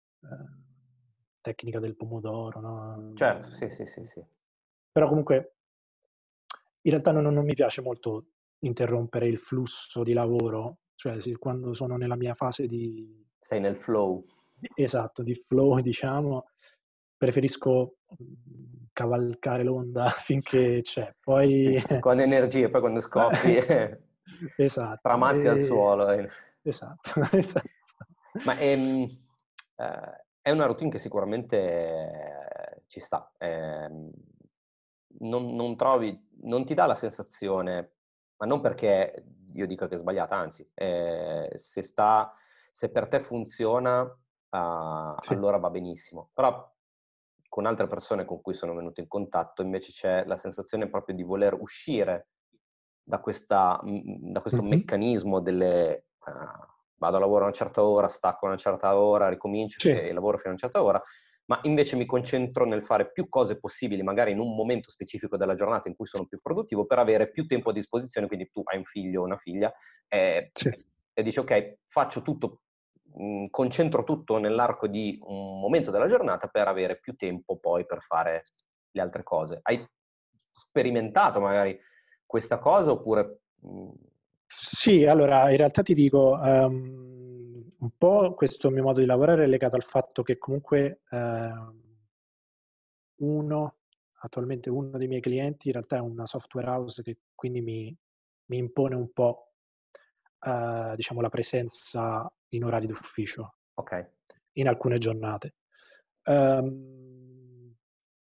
eh, tecnica del pomodoro, no? Certo, sì, sì, sì, sì. Però comunque in realtà non, non mi piace molto interrompere il flusso di lavoro, cioè sì, quando sono nella mia fase di, Sei nel flow. esatto, di flow, diciamo, preferisco mm, cavalcare l'onda finché c'è. Poi Con energie, poi quando scoppi esatto, stramazzi al e- suolo. eh. esatto, esatto. Ma ehm, eh, è una routine che sicuramente eh, ci sta. Ehm, non, non trovi, non ti dà la sensazione, ma non perché io dica che è sbagliata, anzi, eh, se sta, se per te funziona, ah, Sì. allora va benissimo. Però con altre persone con cui sono venuto in contatto invece c'è la sensazione proprio di voler uscire da, questa, mh, da questo Mhm. meccanismo delle uh, vado a lavoro a una certa ora, stacco a una certa ora, ricomincio Sì, e lavoro fino a una certa ora, ma invece mi concentro nel fare più cose possibili, magari in un momento specifico della giornata in cui sono più produttivo, per avere più tempo a disposizione. Quindi tu hai un figlio o una figlia eh, sì. e dici ok, faccio tutto, mh, concentro tutto nell'arco di un momento della giornata per avere più tempo poi per fare le altre cose. Hai sperimentato magari questa cosa oppure... mh, Sì, allora in realtà ti dico, ehm, un po' questo mio modo di lavorare è legato al fatto che comunque ehm, uno, attualmente uno dei miei clienti in realtà è una software house che quindi mi, mi impone un po' eh, diciamo la presenza in orari d'ufficio ok, in alcune giornate. Ehm,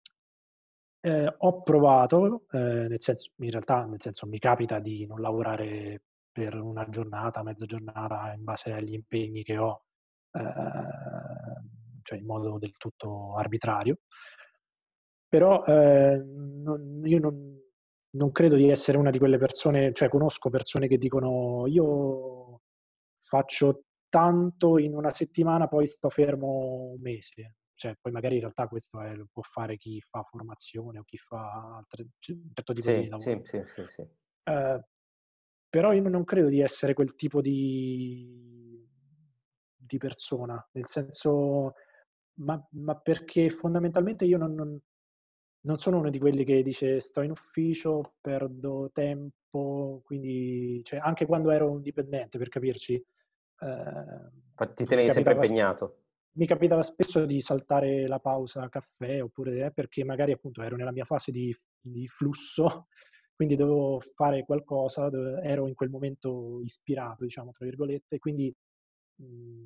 eh, ho provato, eh, nel senso, in realtà, nel senso, mi capita di non lavorare per una giornata, mezza giornata, in base agli impegni che ho, eh, cioè in modo del tutto arbitrario. Però eh, non- io non, non credo di essere una di quelle persone, cioè conosco persone che dicono io faccio tanto in una settimana, poi sto fermo un mese. Cioè, poi magari in realtà questo è- lo può fare chi fa formazione o chi fa altre- cioè, un certo tipo di sì, lavoro. sì, sì, sì, sì. Eh, però io non credo di essere quel tipo di, di persona, nel senso, ma, ma perché fondamentalmente io non, non- non sono uno di quelli che dice sto in ufficio, perdo tempo, quindi cioè, anche quando ero un dipendente, per capirci, eh, Fa- Ti mi tenevi sempre capitava, impegnato. mi capitava spesso di saltare la pausa caffè oppure eh, perché magari appunto ero nella mia fase di, di flusso, quindi dovevo fare qualcosa, dove- ero in quel momento ispirato, diciamo, tra virgolette, quindi mh,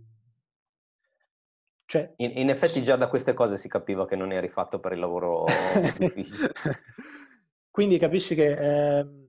cioè, In, in effetti già da queste cose si capiva che non eri fatto per il lavoro d'ufficio. quindi capisci che ehm,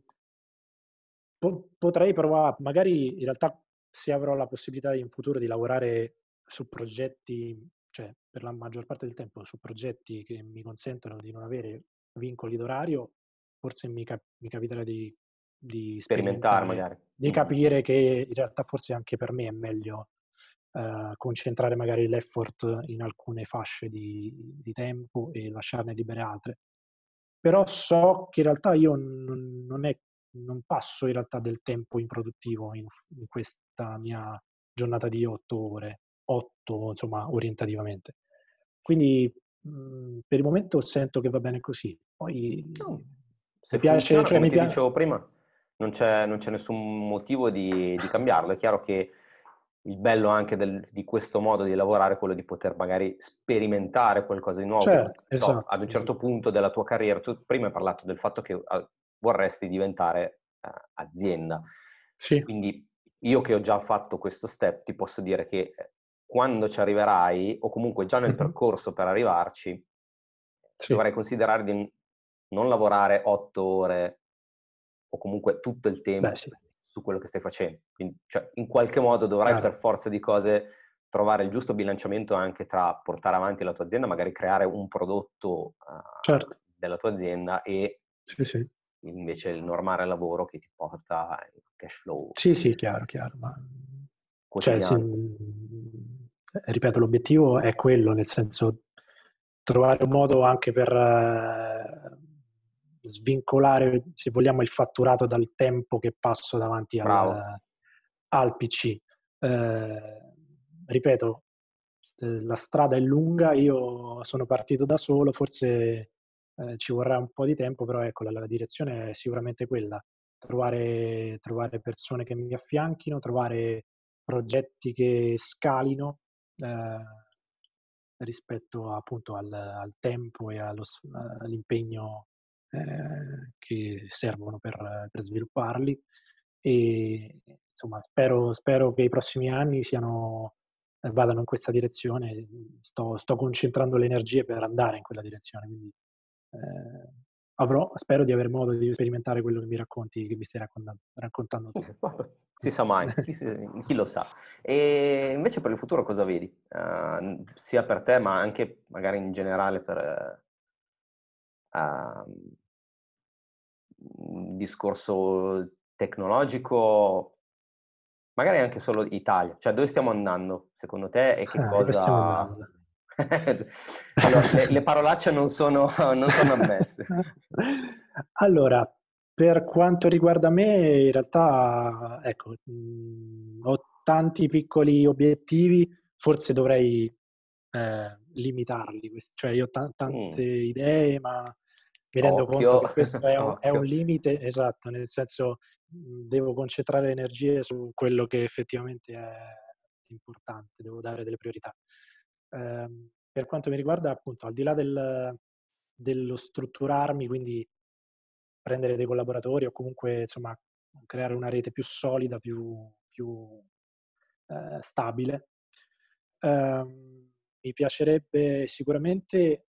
po- potrei provare, magari in realtà se avrò la possibilità in futuro di lavorare su progetti, cioè per la maggior parte del tempo su progetti che mi consentono di non avere vincoli d'orario, forse mi, cap- mi capiterà di, di Sperimentare sperimentare, magari. di Mm. capire che in realtà forse anche per me è meglio eh, concentrare magari l'effort in alcune fasce di, di tempo e lasciarne libere altre. Però so che in realtà io non, non è, non passo in realtà del tempo improduttivo in, in questa mia giornata di otto ore, otto insomma orientativamente. Quindi mh, per il momento sento che va bene così. Poi No. Se mi piace, funziona, cioè come mi ti piace. dicevo prima, non c'è, non c'è nessun motivo di, di cambiarlo. È chiaro che il bello anche del- di questo modo di lavorare è quello di poter magari sperimentare qualcosa di nuovo. Che, Certo, so, ad esatto, un certo esatto. punto della tua carriera, tu prima hai parlato del fatto che eh, vorresti diventare eh, azienda. Sì. Quindi io che ho già fatto questo step, ti posso dire che eh, quando ci arriverai, o comunque già nel Mhm. percorso per arrivarci, Sì, dovrai considerare di non lavorare otto ore o comunque tutto il beh tempo sì, su quello che stai facendo. Quindi, cioè, in qualche modo dovrai chiaro. per forza di cose trovare il giusto bilanciamento anche tra portare avanti la tua azienda, magari creare un prodotto uh, Certo, della tua azienda e sì, sì. invece il normale lavoro che ti porta il cash flow. Sì, sì, chiaro, chiaro. Ma Cioè, sì, quotidiano. mhmm, ripeto, l'obiettivo è quello, nel senso trovare un modo anche per eh, svincolare, se vogliamo, il fatturato dal tempo che passo davanti Bravo. al al P C. Ehm, ripeto, st la strada è lunga, io sono partito da solo, forse, ehm, ci vorrà un po' di tempo, però ecco la la direzione è sicuramente quella: trovare trovare persone che mi affianchino, trovare progetti che scalino, ehm, rispetto appunto al al tempo e allo s all'impegno, ehm, che servono per per svilupparli. E insomma spero spero che i prossimi anni siano ehm, vadano in questa direzione. Sto sto concentrando le energie per andare in quella direzione, quindi, ehm, avrò spero di aver modo di sperimentare quello che mi racconti che mi stai raccontan raccontando tu. Si sa mai, chi si chi lo sa. E invece per il futuro cosa vedi? Uhm, sia per te, ma anche magari in generale per, uhm, un discorso tecnologico, magari anche solo Italia. Cioè dove stiamo andando secondo te e che Ah, dove stiamo cosa andando? allora le le parolacce non sono non sono ammesse. Allora, per quanto riguarda me in realtà ecco, mhmm, ho tanti piccoli obiettivi, forse dovrei, ehm, limitarli ques cioè io ho ta tante Mh, idee, ma mi rendo conto occhio, che questo è un è un occhio. limite esatto, nel senso, mhmm, devo concentrare le energie su quello che effettivamente è importante, devo dare delle priorità. Ehm, per quanto mi riguarda, appunto, al di là del dello strutturarmi, quindi prendere dei collaboratori o comunque, insomma, creare una rete più solida, più più, ehm, stabile, ehm, mi piacerebbe sicuramente,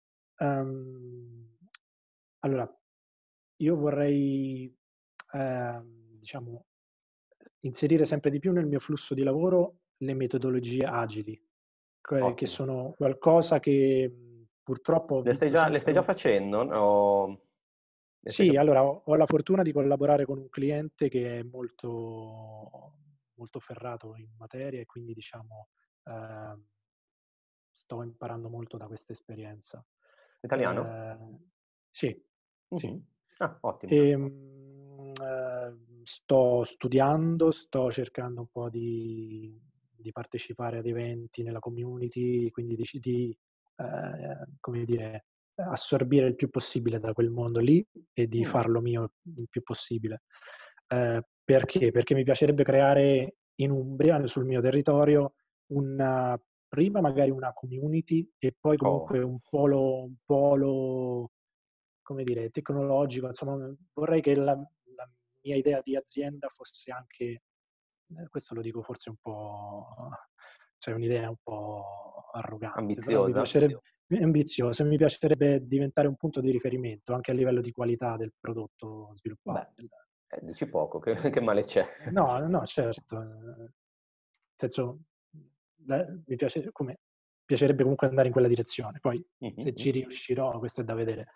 ehm, allora io vorrei, ehm, diciamo, inserire sempre di più nel mio flusso di lavoro le metodologie agili, que che Ottimo. sono qualcosa che, mhmm, purtroppo ho Le stai visto già le stai sempre già un facendo? O le stai già sì, allora facendo? ho ho la fortuna di collaborare con un cliente che è molto molto ferrato in materia e quindi diciamo, ehm, sto imparando molto da questa esperienza. Italiano? Ehm, sì, sì. Mh-mh. Ah, ottimo. Ehm, ehm, sto studiando, sto cercando un po' di di partecipare ad eventi nella community, quindi di ci di, ehm, come dire, assorbire il più possibile da quel mondo lì e di Mh. farlo mio il più possibile. Ehm, perché? Perché mi piacerebbe creare in Umbria, sul mio territorio, una prima magari una community e poi Oh, comunque un polo un polo, come dire, tecnologico, insomma, mhmm, vorrei che la la mia idea di azienda fosse anche ehm, questo lo dico forse un po' cioè un'idea un po' arrogante, però mi ambiziosa? piacereb è ambiziosa, mi piacerebbe diventare un punto di riferimento anche a livello di qualità del prodotto Beh, sviluppato. Del eh, dici poco, che che male c'è? no, no, certo, ehm, senso, mhmm, beh, mi piace come piacerebbe comunque andare in quella direzione. Poi Mh-mh, se mh. ci riuscirò questo è da vedere.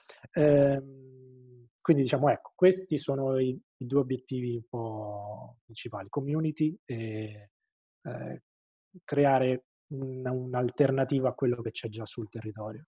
Ehm, quindi diciamo ecco, questi sono i i due obiettivi un po' principali: community e, ehm, creare un un'alternativa a quello che c'è già sul territorio.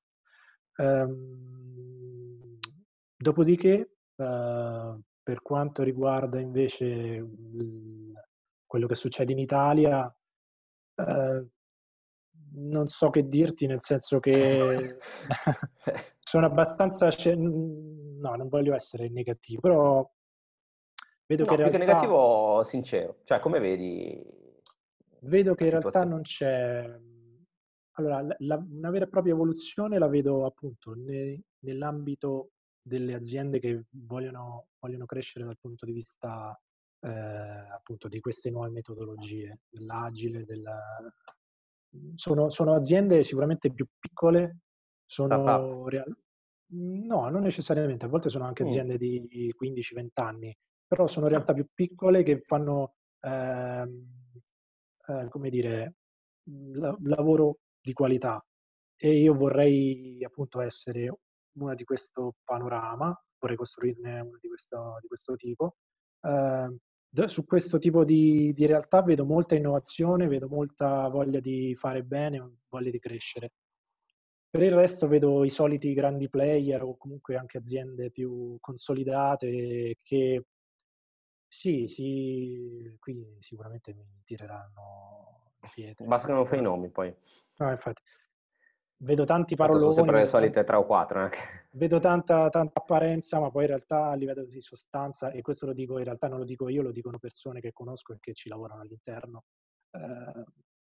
Ehm, dopodiché, ehm, per quanto riguarda invece il quello che succede in Italia, ehm, non so che dirti, nel senso che sono abbastanza sce mhmm, no, non voglio essere negativo, però vedo che in No, più che realtà negativo, sincero. Cioè, come vedi vedo che la in realtà situazio non c'è mhmm, allora l la una vera e propria evoluzione la vedo appunto ne nell'ambito delle aziende che vogliono vogliono crescere dal punto di vista, ehm, appunto di queste nuove metodologie, dell'agile, del mhmm, sono sono aziende sicuramente più piccole, startup? sono real no, non necessariamente, a volte sono anche Mh. aziende di quindici, venti anni, però sono Ah, realtà più piccole che fanno, ehm, ehm, come dire, mhmm, la lavoro di qualità e io vorrei appunto essere una di questo panorama, vorrei costruirne una di questo di questo tipo. Ehm Su questo tipo di, di realtà vedo molta innovazione, vedo molta voglia di fare bene, voglia di crescere. Per il resto vedo i soliti grandi player o comunque anche aziende più consolidate che sì, sì, qui sicuramente mi tireranno le pietre. Bastano fai i Ma, nomi poi. no, infatti, vedo tanti Tanto sono paroloni, sempre le vedo, tan- solite tre o quattro anche. vedo tanta, tanta apparenza, ma poi in realtà a livello di sostanza, e questo lo dico in realtà non lo dico io, lo dicono persone che conosco e che ci lavorano all'interno. Eh,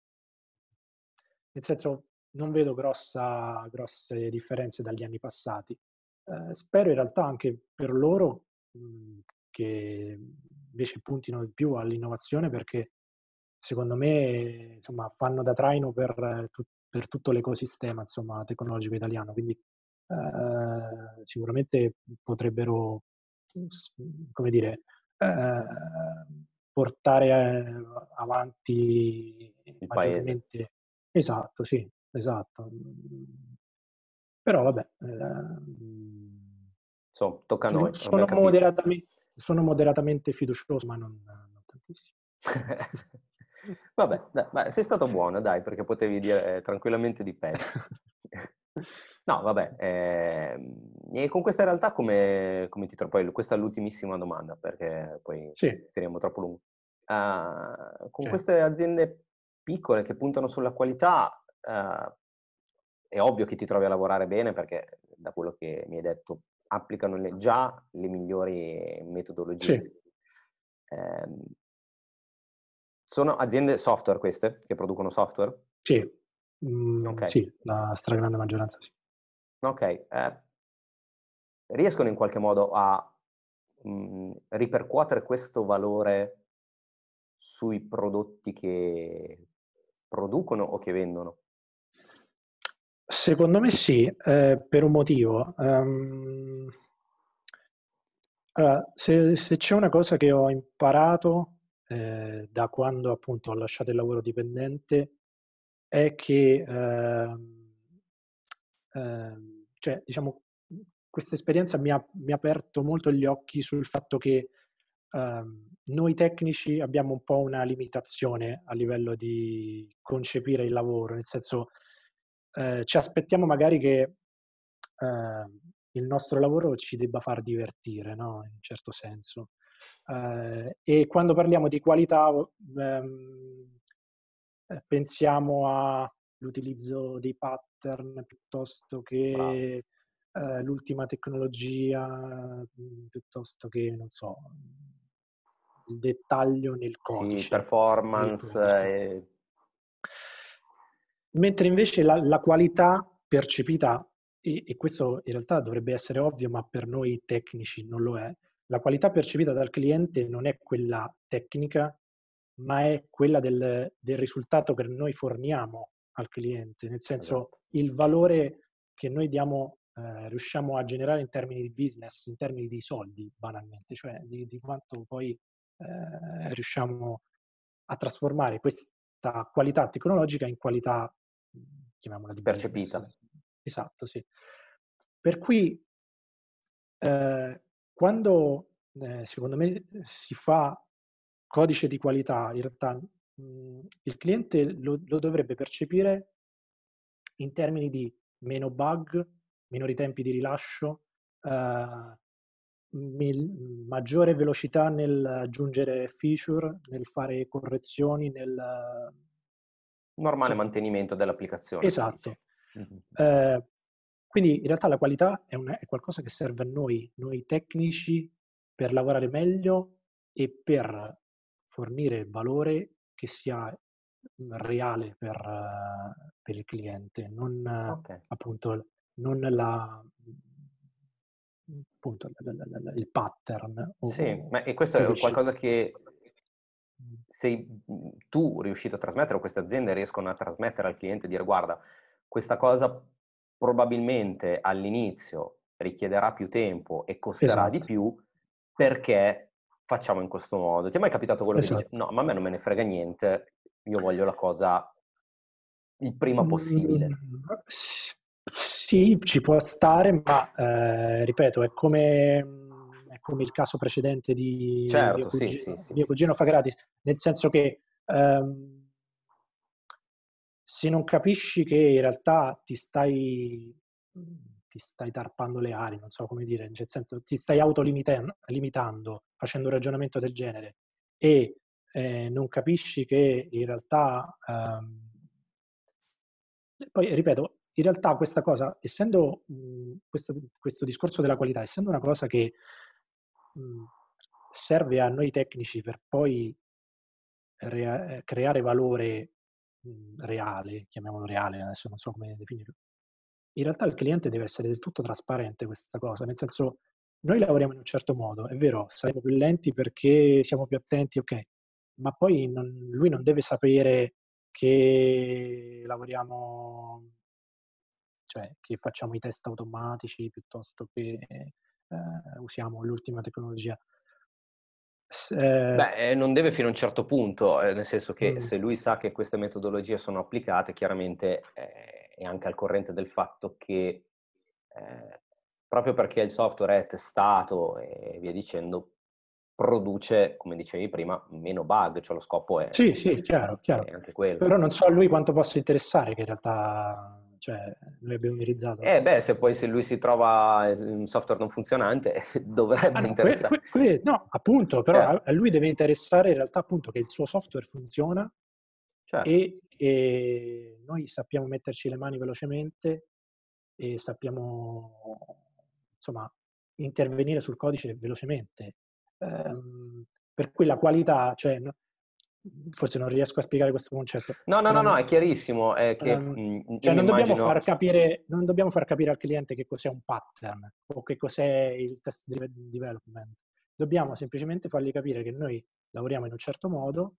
nel senso, non vedo grossa, grosse differenze dagli anni passati. Eh, spero in realtà anche per loro mh, che invece puntino di più all'innovazione, perché secondo me insomma, fanno da traino per, tu- per tutto l'ecosistema insomma, tecnologico italiano. Quindi eh, sicuramente potrebbero, s- come dire, eh, portare eh, avanti Il paese. maggiormente. Esatto, sì, esatto. Mm, Però vabbè, ehm, Insomma, tocca a noi, abbiamo sono capito. moderatamente, sono moderatamente fiducioso, ma non, non tantissimo. Vabbè, dai, ma sei stato buono, dai, perché potevi dire eh, tranquillamente di peggio. No, vabbè, ehm, e con questa realtà come, come ti trovi? Poi questa è l'ultimissima domanda, perché poi Sì, tiriamo troppo lungo. Ah, con sì, queste aziende piccole che puntano sulla qualità, eh, è ovvio che ti trovi a lavorare bene, perché da quello che mi hai detto applicano le- già le migliori sì, metodologie. Ehm, sono aziende software queste, che producono software? sì, mm, Ok, sì, la stragrande maggioranza sì. ok. Eh, riescono in qualche modo a mh, ripercuotere questo valore sui prodotti che producono o che vendono? Secondo me sì, eh, per un motivo. Ehm, allora, se, se c'è una cosa che ho imparato eh, da quando appunto ho lasciato il lavoro dipendente è che ehm, ehm, cioè, diciamo, questa esperienza mi ha, mi ha aperto molto gli occhi sul fatto che ehm, noi tecnici abbiamo un po' una limitazione a livello di concepire il lavoro, nel senso eh, ci aspettiamo magari che ehm, il nostro lavoro ci debba far divertire, no? In un certo senso. Eh, e quando parliamo di qualità, ehm, eh, pensiamo all'utilizzo dei pattern piuttosto Bravo. che eh, l'ultima tecnologia, mh, piuttosto che, non so, il dettaglio nel Sì, codice, tra performance, virgolette. e... Mentre invece la, la qualità percepita, e, e questo in realtà dovrebbe essere ovvio, ma per noi tecnici non lo è, la qualità percepita dal cliente non è quella tecnica, ma è quella del, del risultato che noi forniamo al cliente, nel senso Esatto. il valore che noi diamo, eh, riusciamo a generare in termini di business, in termini di soldi, banalmente, cioè di, di quanto poi eh, riusciamo a trasformare questa qualità tecnologica in qualità, chiamiamola di business. Percepita. Esatto, sì. Per cui eh, quando eh, secondo me si fa codice di qualità, in realtà mh, il cliente lo, lo dovrebbe percepire in termini di meno bug, minori tempi di rilascio, eh, mil- maggiore velocità nel aggiungere feature, nel fare correzioni, nel... Normale insomma, mantenimento dell'applicazione, tu dici. esatto. Mhm. Eh, quindi in realtà la qualità è, un- è qualcosa che serve a noi, noi tecnici, per lavorare meglio e per fornire valore che sia reale per, eh, per il cliente, non eh, Ok. appunto non la, appunto, la- la- la- la- il pattern o, Sì, o ma e questo quello che è ci... qualcosa che sei tu riuscito a trasmettere o queste aziende riescono a trasmettere al cliente e dire guarda, questa cosa probabilmente all'inizio richiederà più tempo e costerà di Esatto, più perché facciamo in questo modo. Ti è mai capitato quello che dice esatto. no, ma a me non me ne frega niente, io voglio la cosa il prima Mm, possibile. s- sì, ci può stare, ma eh, ripeto, è come, è come il caso precedente di mio Certo, sì, sì, cugino, sì, mio sì. cugino fa gratis, nel senso che ehm, se non capisci che in realtà ti stai, ti stai tarpando le ali, non so come dire, nel senso ti stai autolimitando facendo un ragionamento del genere e eh, non capisci che in realtà, ehm, poi ripeto, in realtà questa cosa, essendo mh, questo, questo discorso della qualità, essendo una cosa che mh, serve a noi tecnici per poi rea- creare valore mh, reale, chiamiamolo reale, adesso non so come definirlo, in realtà il cliente deve essere del tutto trasparente questa cosa, nel senso noi lavoriamo in un certo modo, è vero, saremo più lenti perché siamo più attenti, ok, ma poi non- lui non deve sapere che lavoriamo, cioè che facciamo i test automatici piuttosto che eh, usiamo l'ultima tecnologia. S- eh, Beh, eh, non deve fino a un certo punto, eh, nel senso che mm, se lui sa che queste metodologie sono applicate, chiaramente eh, è anche al corrente del fatto che eh, proprio perché il software è testato e via dicendo, produce, come dicevi prima, meno bug, cioè lo scopo è, sì, sì, chiaro, chiaro. è anche quello. Però non so a lui quanto possa interessare che in realtà, cioè, noi abbiamo utilizzato. E beh, se poi se lui si trova un software non funzionante, Ah dovrebbe no, que- interessare. que- que- no, appunto, però a, Certo, a lui deve interessare in realtà appunto che il suo software funziona certo. e che noi sappiamo metterci le mani velocemente e sappiamo, insomma, intervenire sul codice velocemente. Ehm, per cui la qualità, cioè, no- forse non riesco a spiegare questo concetto. No, no, no, no, Ehm, è chiarissimo, è che ehm, mh, io cioè mi non dobbiamo immagino. far capire, non dobbiamo far capire al cliente che cos'è un pattern o che cos'è il test driven development. Dobbiamo semplicemente fargli capire che noi lavoriamo in un certo modo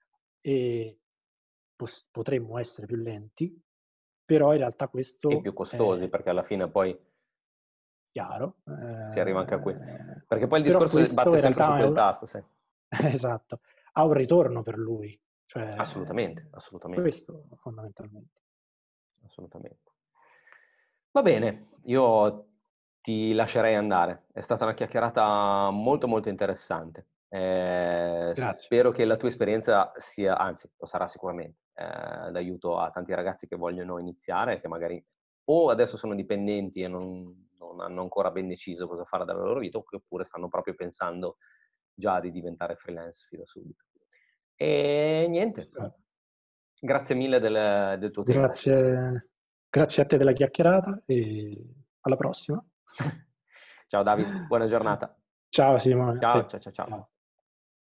e pos- potremmo essere più lenti, però in realtà E questo più costosi, è perché alla fine poi chiaro, si arriva anche a qui. eh, Perché poi il però discorso questo batte in sempre su realtà è quel un, tasto, sai. esatto, ha un ritorno per lui, cioè Assolutamente, assolutamente, questo fondamentalmente. assolutamente. Va bene, io ti lascerei andare. È stata una chiacchierata molto molto interessante. Eh, Grazie. spero che la tua esperienza sia, anzi, lo sarà sicuramente, eh, d'aiuto a tanti ragazzi che vogliono iniziare, che magari o adesso sono dipendenti e non, non hanno ancora ben deciso cosa fare della loro vita, oppure stanno proprio pensando già di diventare freelance fin da subito. E niente, Spero. grazie mille del, del tuo tempo. Grazie, grazie a te della chiacchierata e alla prossima. Ciao David, buona giornata. Ciao Simone, a Ciao, te. ciao, ciao, ciao. Ciao.